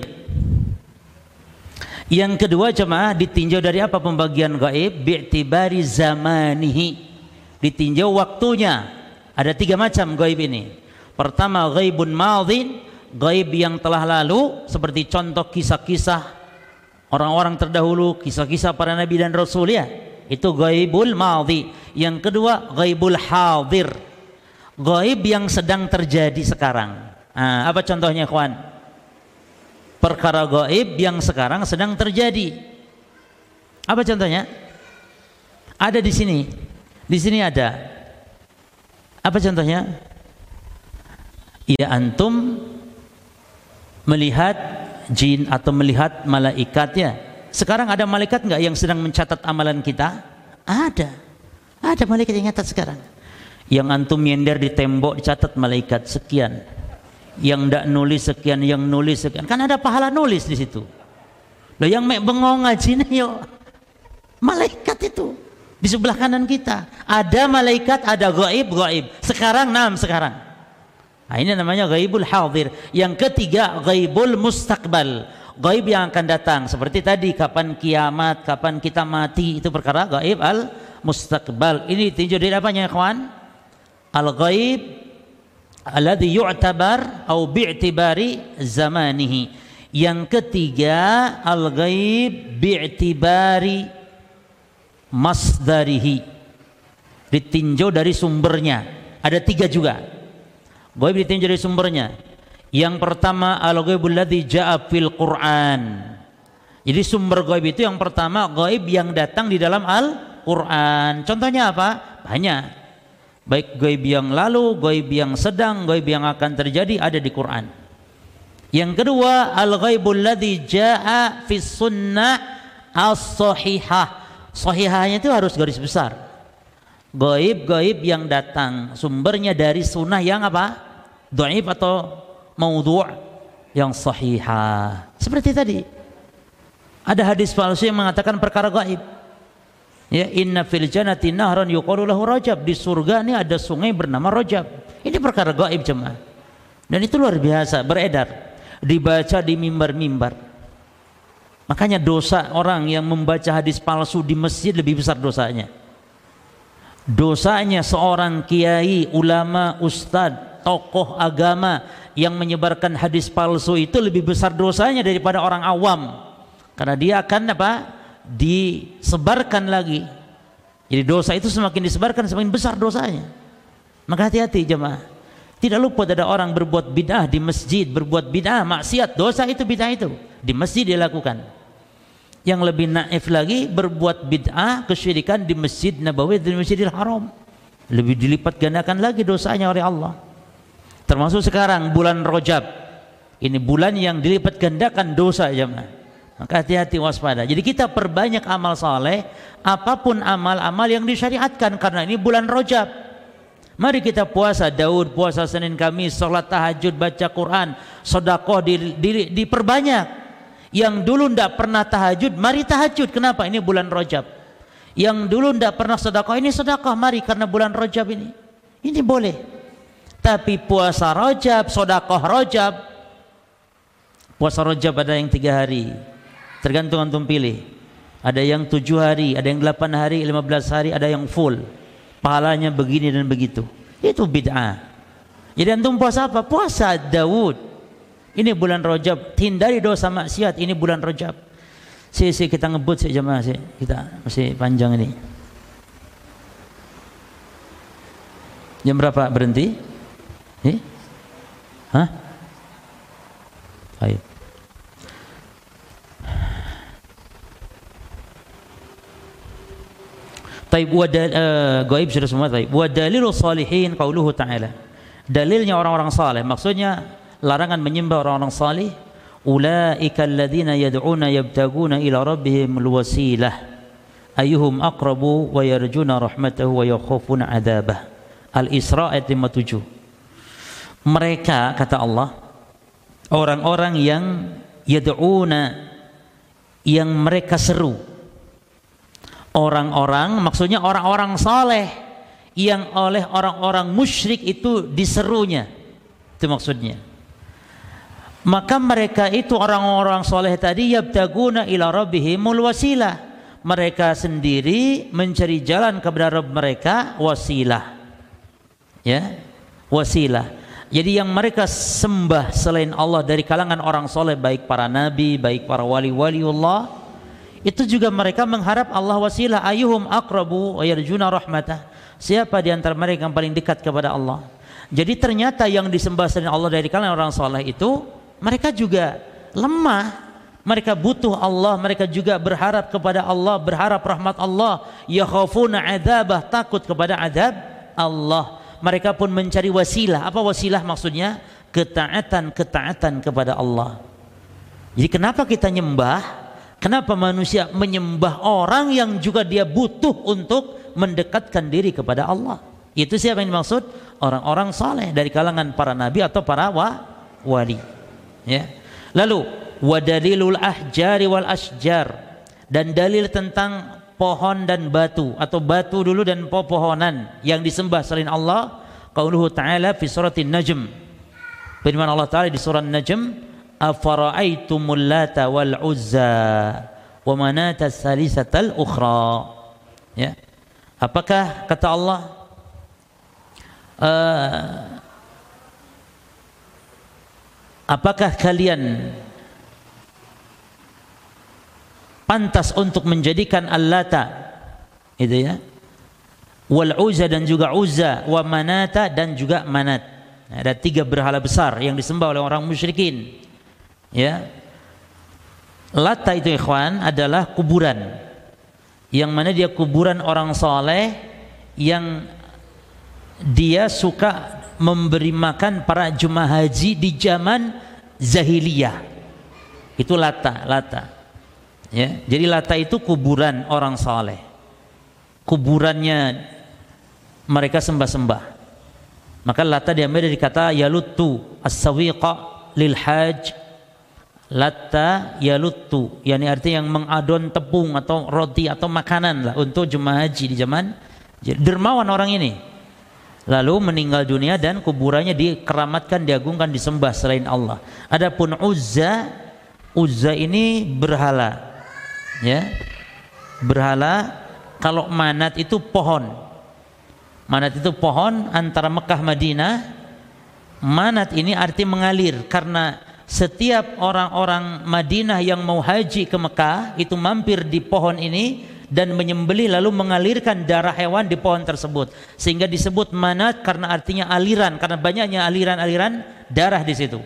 B: Yang kedua jemaah, ditinjau dari apa pembagian gaib? Bi'tibari zamanihi. Ditinjau waktunya. Ada tiga macam gaib ini. Pertama, gaibun madhin, gaib yang telah lalu, seperti contoh kisah-kisah orang-orang terdahulu, kisah-kisah para nabi dan rasul ya. Itu gaibul madhi. Yang kedua, gaibul hadir, gaib yang sedang terjadi sekarang. Nah, apa contohnya kawan? Perkara gaib yang sekarang sedang terjadi. Apa contohnya? Ada di sini. Di sini ada. Apa contohnya? Ya, antum melihat jin atau melihat malaikatnya. Sekarang ada malaikat enggak yang sedang mencatat amalan kita? Ada. Ada malaikat yang nyatat sekarang. Yang antum nyender di tembok dicatat malaikat sekian. Yang ndak nulis sekian, yang nulis sekian. Kan ada pahala nulis di situ. Loh, yang mek bengong ngaji nih yo. Malaikat itu di sebelah kanan kita. Ada malaikat, ada gaib, gaib. Sekarang nam sekarang. Nah, ini namanya gaibul hadir. Yang ketiga, gaibul mustaqbal. Gaib yang akan datang, seperti tadi kapan kiamat, kapan kita mati, itu perkara gaib al mustaqbal. Ini ditinjau dari apanya, kawan? Al gaib alladhi yu'tabar au bi'tibari zamanihi. Yang ketiga, al gaib bi'tibari masdarihi. Ditinjau dari sumbernya. Ada tiga juga. Gaib ditinjau dari sumbernya. Yang pertama, al-ghaibul ladzi ja'a fil Qur'an. Jadi sumber gaib itu yang pertama gaib yang datang di dalam Al-Qur'an. Contohnya apa? Banyak. Baik gaib yang lalu, gaib yang sedang, gaib yang akan terjadi ada di Qur'an. Yang kedua, al-ghaibul ladzi ja'a fis sunnah as-sahihah. Sahihahnya itu harus garis besar. Gaib-gaib yang datang sumbernya dari sunnah yang apa? Dhaif atau maudhu' yang sahihah. Seperti tadi ada hadis palsu yang mengatakan perkara gaib. Ya, inna fil jannati nahran yuqalu lahu Rajab. Di surga ini ada sungai bernama Rajab. Ini perkara gaib jemaah. Dan itu luar biasa, beredar, dibaca di mimbar-mimbar. Makanya dosa orang yang membaca hadis palsu di masjid lebih besar dosanya. Dosanya seorang kiai, ulama, ustadz, tokoh agama yang menyebarkan hadis palsu itu lebih besar dosanya daripada orang awam, karena dia akan apa? Disebarkan lagi. Jadi dosa itu semakin disebarkan semakin besar dosanya. Maka hati-hati jemaah. Tidak luput ada orang berbuat bid'ah di masjid, berbuat bid'ah, maksiat, dosa itu bid'ah itu di masjid dia lakukan. Yang lebih naif lagi, berbuat bid'ah, kesyirikan di Masjid Nabawi dan Masjidil Haram. Lebih dilipat gandakan lagi dosanya oleh Allah. Termasuk sekarang bulan Rajab. Ini bulan yang dilipat gandakan dosa jemaah. Maka hati-hati, waspada. Jadi kita perbanyak amal saleh, apapun amal-amal yang disyariatkan, karena ini bulan Rajab. Mari kita puasa Daud, puasa Senin Kamis, salat tahajud, baca Quran, sedekah di, di, diperbanyak. Yang dulu ndak pernah tahajud, mari tahajud. Kenapa? Ini bulan Rajab. Yang dulu ndak pernah sedekah, ini sedekah, mari karena bulan Rajab ini. Ini boleh. Tapi puasa Rajab, sedekah Rajab, puasa Rajab ada yang tiga hari, tergantung antum pilih. Ada yang tujuh hari, ada yang delapan hari, lima belas hari, ada yang full. Pahalanya begini dan begitu. Itu bid'ah. Jadi antum puasa apa? Puasa Daud. Ini bulan Rajab, hindari dosa maksiat. Ini bulan Rajab. Si-si kita ngebut sih jemaah sih. Kita masih panjang ini. Jam berapa berhenti? Eh? Hah? Baik. Taib wa uh, gaib sudah semua. Taib wa dalilus salihin qauluhu ta'ala. Dalilnya orang-orang saleh, maksudnya larangan menyembah orang-orang saleh. Ulaika alladziina yad'una yabtaguna ila rabbihim alwasilah ayyuhum aqrabu wa yarjuna rahmatahu wa yakhafuna 'adzabah. Al-Isra ayat lima puluh tujuh. Mereka, kata Allah, orang-orang yang yad'una, yang mereka seru, orang-orang, maksudnya orang-orang saleh yang oleh orang-orang musyrik itu diserunya, itu maksudnya. Maka mereka itu orang-orang saleh tadi yabtaguna ila rabbihimul wasilah, mereka sendiri mencari jalan kepada Rabb mereka, wasilah, ya, wasilah. Jadi yang mereka sembah selain Allah dari kalangan orang saleh, baik para nabi, baik para wali-waliullah, itu juga mereka mengharap Allah wasilah. Ayyuhum aqrabu wa yarjuna rahmatah, siapa di antara mereka yang paling dekat kepada Allah. Jadi ternyata yang disembah selain Allah dari kalangan orang saleh itu mereka juga lemah, mereka butuh Allah, mereka juga berharap kepada Allah, berharap rahmat Allah, yakhafuna adzabah, takut kepada azab Allah. Mereka pun mencari wasilah. Apa wasilah maksudnya? Ketaatan-ketaatan kepada Allah. Jadi kenapa kita nyembah? Kenapa manusia menyembah orang yang juga dia butuh untuk mendekatkan diri kepada Allah? Itu siapa yang dimaksud? Orang-orang saleh dari kalangan para nabi atau para wa, wali. Ya. Lalu wadalilul ahjari wal asjar, dan dalil tentang pohon dan batu, atau batu dulu dan pepohonan yang disembah selain Allah. Qauluhu ta'ala fi suratin Najm, firman Allah Ta'ala di surah Najm, afara'aitumul lata wal uzza wa manata salisatal ukhra. Ya. Apakah kata Allah, uh, apakah kalian pantas untuk menjadikan Al-Lata, itu ya, wal Uzza dan juga Uzza, wa Manata dan juga Manat. Ada tiga berhala besar yang disembah oleh orang musyrikin. Ya, Lata itu ikhwan adalah kuburan, yang mana dia kuburan orang saleh yang dia suka memberi makan para jemaah haji di zaman Zahiliyah. Itu Lata, Lata. Ya, jadi Lata itu kuburan orang saleh, kuburannya mereka sembah-sembah. Maka Lata diambil dari kata yaluttu as-sawiqa lil hajj. Latta yaluttu, yakni artinya yang mengadon tepung atau roti atau makanan lah untuk jemaah haji di zaman. Dermawan orang ini, lalu meninggal dunia dan kuburannya dikeramatkan, diagungkan, disembah selain Allah. Adapun Uzza, Uzza ini berhala, ya, berhala. Kalau Manat itu pohon, Manat itu pohon antara Mekah Madinah. Manat ini arti mengalir, karena setiap orang-orang Madinah yang mau haji ke Mekah itu mampir di pohon ini dan menyembelih lalu mengalirkan darah hewan di pohon tersebut, sehingga disebut Manat karena artinya aliran, karena banyaknya aliran-aliran darah di situ.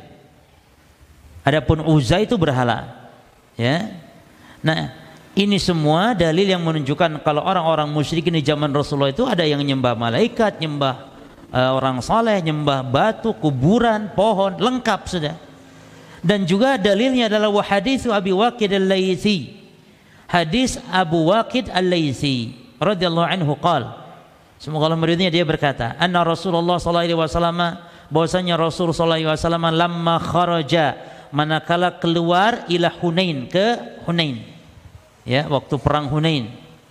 B: Adapun Uzza itu berhala, ya. Nah, ini semua dalil yang menunjukkan kalau orang-orang musyrikin di zaman Rasulullah itu ada yang nyembah malaikat, nyembah uh, orang saleh, nyembah batu, kuburan, pohon, lengkap sudah. Dan juga dalilnya adalah wa haditsu Abi Waqid al-Laitsi, hadis Abu Waqid al-Laitsi radhiyallahu anhu qala, semoga Allah meridhinya, dia berkata, anna Rasulullah sallallahu alaihi wasallam, bahwasanya Rasul sallallahu alaihi wasallam lamma kharaja, manakala keluar, ila Hunain, ke Hunain, ya, waktu perang Hunain,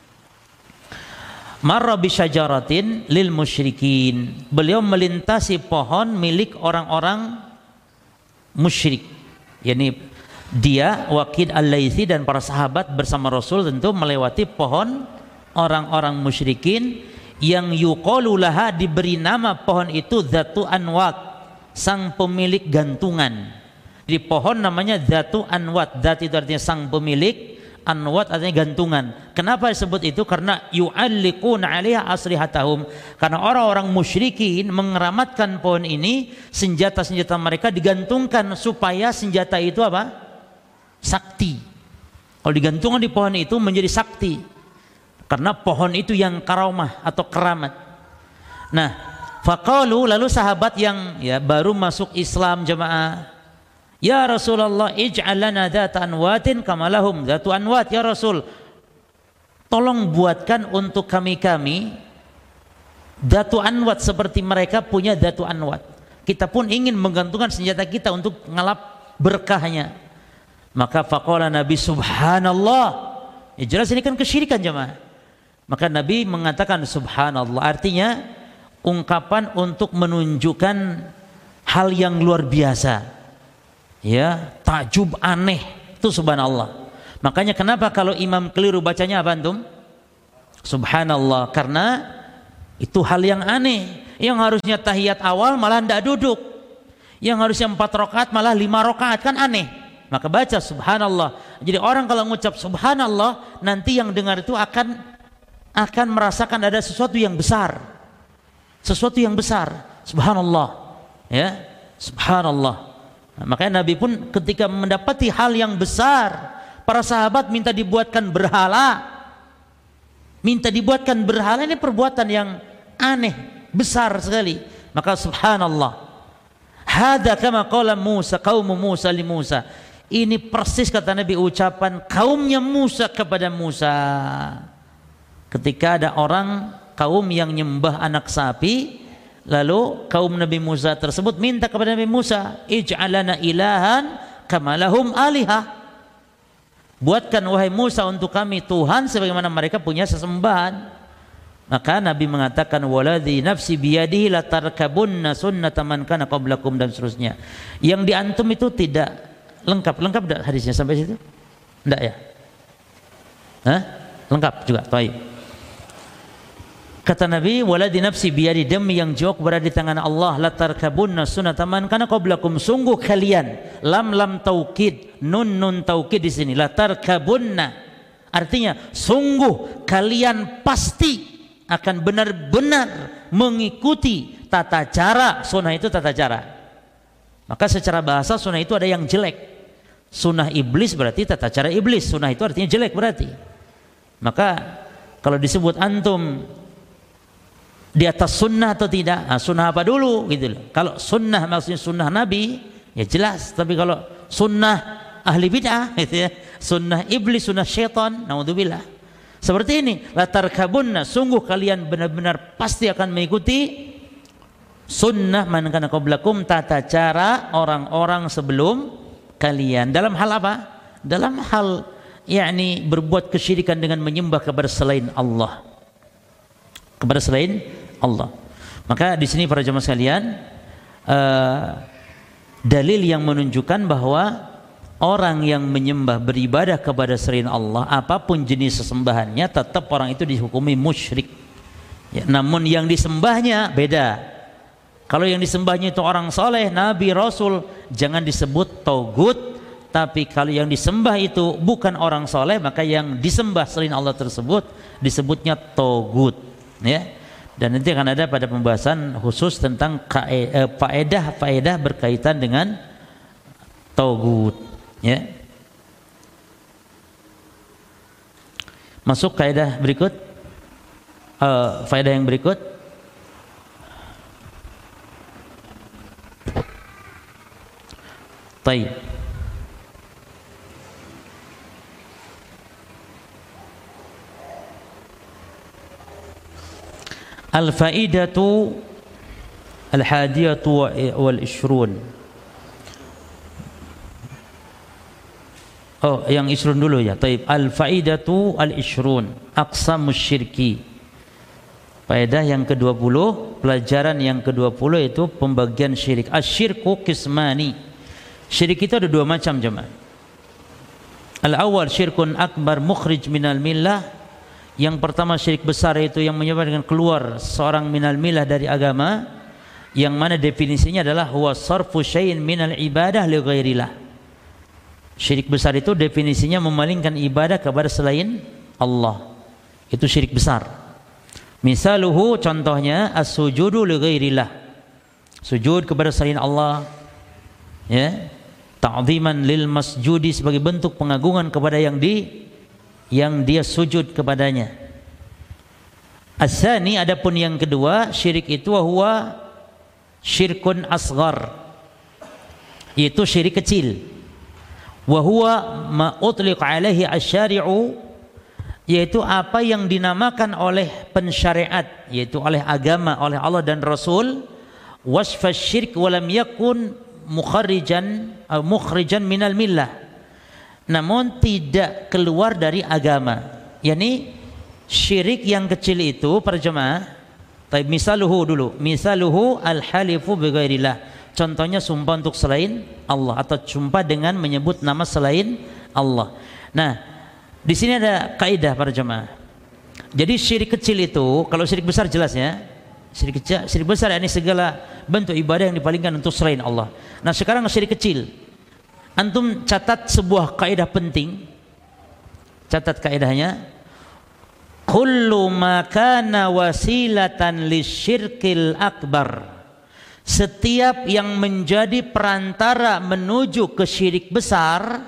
B: marra bi syajaratin lil musyrikin, beliau melintasi pohon milik orang-orang musyrik. Yani dia Waqid al-Laitsi dan para sahabat bersama Rasul tentu melewati pohon orang-orang musyrikin yang yuqalu laha, diberi nama pohon itu Dzatu Anwat, sang pemilik gantungan. Di pohon namanya Dzatu Anwat, Dzat itu artinya sang pemilik, Anwat artinya gantungan. Kenapa disebut itu? Karena yu'alliquna 'alaiha aslihatahum, karena orang-orang musyrikin mengeramatkan pohon ini, senjata-senjata mereka digantungkan supaya senjata itu apa? Sakti. Kalau digantungkan di pohon itu menjadi sakti, karena pohon itu yang karamah atau keramat. Nah, faqalu, lalu sahabat yang ya baru masuk Islam jemaah, ya Rasulullah, ij'al lana dzata anwatin kama lahum dzatu anwat. Ya Rasul, tolong buatkan untuk kami-kami dzatu anwat seperti mereka punya dzatu anwat. Kita pun ingin menggantungkan senjata kita untuk ngalap berkahnya. Maka faqala Nabi, subhanallah. Ya jelas ini kan kesyirikan jemaah. Maka Nabi mengatakan subhanallah, artinya ungkapan untuk menunjukkan hal yang luar biasa, ya, takjub, aneh, itu subhanallah. Makanya kenapa kalau imam keliru bacanya apa antum? Subhanallah, karena itu hal yang aneh. Yang harusnya tahiyat awal malah tidak duduk, yang harusnya empat rakaat malah lima rakaat, kan aneh. Maka baca subhanallah. Jadi orang kalau mengucap subhanallah, nanti yang dengar itu akan akan merasakan ada sesuatu yang besar, sesuatu yang besar. Subhanallah, ya, subhanallah. Nah, makanya Nabi pun ketika mendapati hal yang besar, para sahabat minta dibuatkan berhala, minta dibuatkan berhala. Ini perbuatan yang aneh, besar sekali. Maka subhanallah, hada kama qala Musa qaum Musa li Musa. Ini persis kata Nabi ucapan kaumnya Musa kepada Musa. Ketika ada orang kaum yang nyembah anak sapi, lalu kaum Nabi Musa tersebut minta kepada Nabi Musa, ij'alana ilahan kama lahum alihah. Buatkan wahai Musa untuk kami Tuhan sebagaimana mereka punya sesembahan. Maka Nabi mengatakan waladzi nafsi biyadihi latarkabunna sunnata man kana qablakum, dan seterusnya. Yang di antum itu tidak lengkap. Lengkap enggak hadisnya sampai situ? Enggak ya? Hah? Lengkap juga. Baik. Kata Nabi, waladzi nafsi biyadi, demi yang jiwaku berada di tangan Allah, latarkabunna sunnata man kana qablakum, sungguh kalian, lam lam taukid, nun nun taukid di sini, latarkabunna, artinya sungguh kalian pasti akan benar-benar mengikuti tata cara. Sunnah itu tata cara. Maka secara bahasa sunnah itu ada yang jelek. Sunnah iblis berarti tata cara iblis. Sunnah itu artinya jelek berarti. Maka kalau disebut antum di atas sunnah atau tidak, nah, sunnah apa dulu gitu loh. Kalau sunnah maksudnya sunnah Nabi, ya jelas. Tapi kalau sunnah ahli bid'ah gitu ya, sunnah iblis, sunnah syaitan, naudzubillah. Seperti ini, latarkabunna, sungguh kalian benar-benar pasti akan mengikuti sunnah man kana qablakum, tata cara orang-orang sebelum kalian. Dalam hal apa? Dalam hal yakni berbuat kesyirikan dengan menyembah kepada selain Allah. Kepada selain Allah. Maka di sini para jemaah sekalian, uh, dalil yang menunjukkan bahwa orang yang menyembah beribadah kepada selain Allah, apapun jenis sesembahannya, tetap orang itu dihukumi musyrik. Ya, namun yang disembahnya beda. Kalau yang disembahnya itu orang soleh, nabi, rasul, jangan disebut togut. Tapi kalau yang disembah itu bukan orang soleh, maka yang disembah selain Allah tersebut disebutnya togut. Ya. Dan nanti akan ada pada pembahasan khusus tentang faedah-faedah berkaitan dengan togut. Ya. Masuk kaidah berikut, uh, faedah yang berikut. Taib. Al-faidatu al-hadiyatu wal ishrun. Oh, yang ishrun dulu ya. Taib. Al-faidatu al-ishrun, aqsamus syirki. Faedah yang kedua puluh, pelajaran yang kedua puluh itu pembagian syirik. Asyirku qismani. Syirik itu ada dua macam jemaah. Al-awwal syirkun akbar mukhrij minal millah. Yang pertama syirik besar itu yang menyebabkan keluar seorang minal millah dari agama, yang mana definisinya adalah huwa sarfu syai'in minal ibadah li ghairillah. Syirik besar itu definisinya memalingkan ibadah kepada selain Allah. Itu syirik besar. Misaluhu, contohnya as-sujudu li ghairillah. Sujud kepada selain Allah, ya, ta'ziman lil masjudi, sebagai bentuk pengagungan kepada yang di yang dia sujud kepadanya. As-sani, adapun yang kedua, syirik itu huwa syirkun asghar, yaitu syirik kecil. Wa huwa ma utliq alaihi asy-syari'u, yaitu apa yang dinamakan oleh pensyariat, yaitu oleh agama, oleh Allah dan Rasul. Wasfa syirk wa lam yakun mukharrijan atau mukhrijan minal millah, namun tidak keluar dari agama. Yani Syirik yang kecil itu para jemaah, tapi misaluhu dulu, misaluhu al-halifu bighairillah. Contohnya sumpah untuk selain Allah atau sumpah dengan menyebut nama selain Allah. Nah, di sini ada kaidah para jemaah. Jadi syirik kecil itu, kalau syirik besar jelas ya. Syirik kecil, syirik besar ini segala bentuk ibadah yang dipalingkan untuk selain Allah. Nah, sekarang syirik kecil. Antum catat sebuah kaidah penting. Catat kaidahnya. Kullu ma kana wasilatan lisyirkil akbar. Setiap yang menjadi perantara menuju ke syirik besar,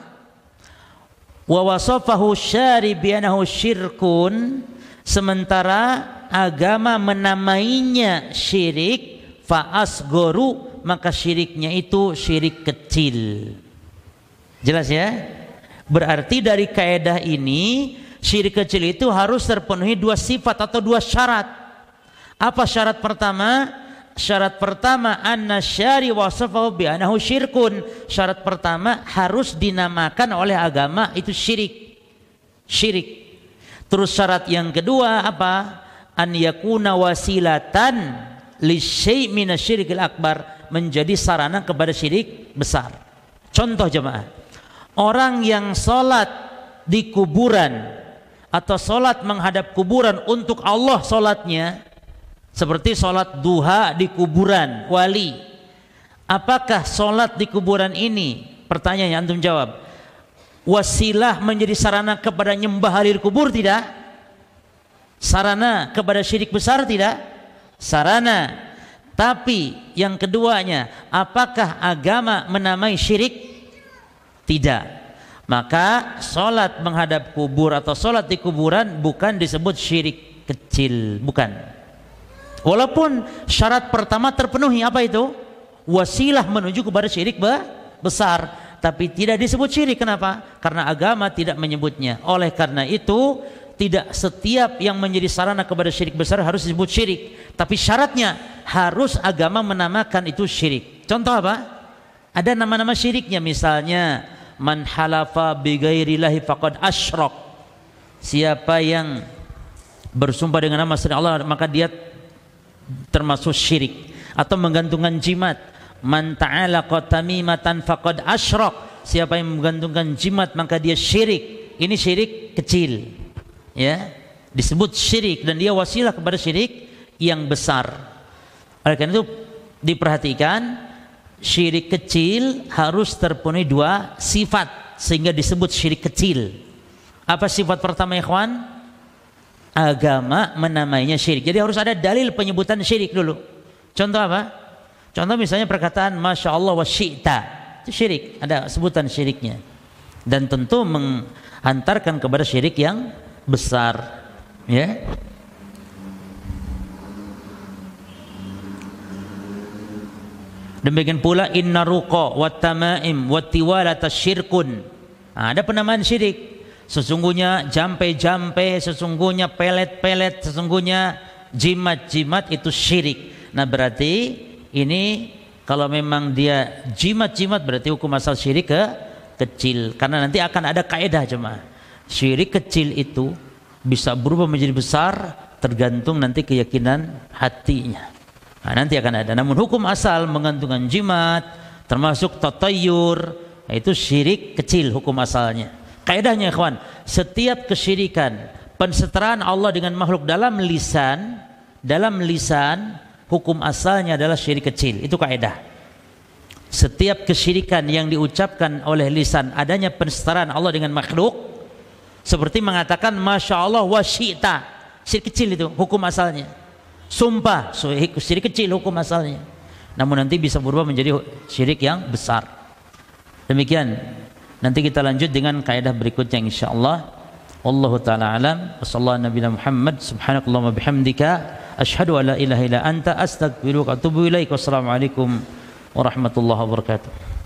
B: wa wasafahu syari bi annahu syirkun, sementara agama menamainya syirik, fa asgharu, maka syiriknya itu syirik kecil. Jelas ya? Berarti dari kaidah ini syirik kecil itu harus terpenuhi dua sifat atau dua syarat. Apa syarat pertama? Syarat pertama anna syari wasafahu bi annahu syirkun. Syarat pertama harus dinamakan oleh agama itu syirik. Syirik. Terus syarat yang kedua apa? An yakuna wasilatan li syai' minasyirkil akbar, menjadi sarana kepada syirik besar. Contoh jemaah, orang yang sholat di kuburan atau sholat menghadap kuburan untuk Allah sholatnya, seperti sholat duha di kuburan wali, apakah sholat di kuburan ini, pertanyaannya antum jawab, wasilah menjadi sarana kepada nyembah halir kubur? Tidak. Sarana kepada syirik besar? Tidak. Sarana. Tapi yang keduanya, apakah agama menamai syirik? Tidak. Maka sholat menghadap kubur atau sholat di kuburan bukan disebut syirik kecil, bukan. Walaupun syarat pertama terpenuhi, apa itu? Wasilah menuju kepada syirik besar, tapi tidak disebut syirik. Kenapa? Karena agama tidak menyebutnya. Oleh karena itu tidak setiap yang menjadi sarana kepada syirik besar harus disebut syirik, tapi syaratnya harus agama menamakan itu syirik. Contoh apa? Ada nama-nama syiriknya, misalnya man halafa bi ghairillahi faqad asyrak. Siapa yang bersumpah dengan nama selain Allah maka dia termasuk syirik. Atau menggantungkan jimat, man ta'alaqa tamimatan faqad asyrak. Siapa yang menggantungkan jimat maka dia syirik. Ini syirik kecil. Ya, disebut syirik dan dia wasilah kepada syirik yang besar. Oleh karena itu diperhatikan, syirik kecil harus terpenuhi dua sifat sehingga disebut syirik kecil. Apa sifat pertama, ikhwan? Agama menamainya syirik. Jadi harus ada dalil penyebutan syirik dulu. Contoh apa? Contoh misalnya perkataan Masya Allah wa syi'ta, itu syirik, ada sebutan syiriknya. Dan tentu menghantarkan kepada syirik yang besar, ya. Demikian pula inna ruqa wat tamaim wat tiwalata syirkun. Nah, ada penamaan syirik. Sesungguhnya jampe-jampe, sesungguhnya pelet-pelet, sesungguhnya jimat-jimat itu syirik. Nah, berarti ini kalau memang dia jimat-jimat berarti hukum asal syirik ke kecil. Karena nanti akan ada kaidah jemaah. Syirik kecil itu bisa berubah menjadi besar tergantung nanti keyakinan hatinya. Nah, nanti akan ada. Namun hukum asal menggantungkan jimat termasuk tatayur, itu syirik kecil hukum asalnya. Kaidahnya ikhwan, setiap kesyirikan, pensetaraan Allah dengan makhluk dalam lisan, dalam lisan hukum asalnya adalah syirik kecil. Itu kaidah. Setiap kesyirikan yang diucapkan oleh lisan adanya pensetaraan Allah dengan makhluk, seperti mengatakan Masya Allah wa syi'ta, syirik kecil itu hukum asalnya. Sumpah, syirik kecil hukum asalnya. Namun nanti bisa berubah menjadi syirik yang besar. Demikian. Nanti kita lanjut dengan kaidah berikutnya insyaallah. Wallahu taala alam. Wassallallahu nabiyana Muhammad subhanakallahumma bihamdika asyhadu an la ilaha illa anta astaghfiruka wa atubu ilaik. Wassalamualaikum warahmatullahi wabarakatuh.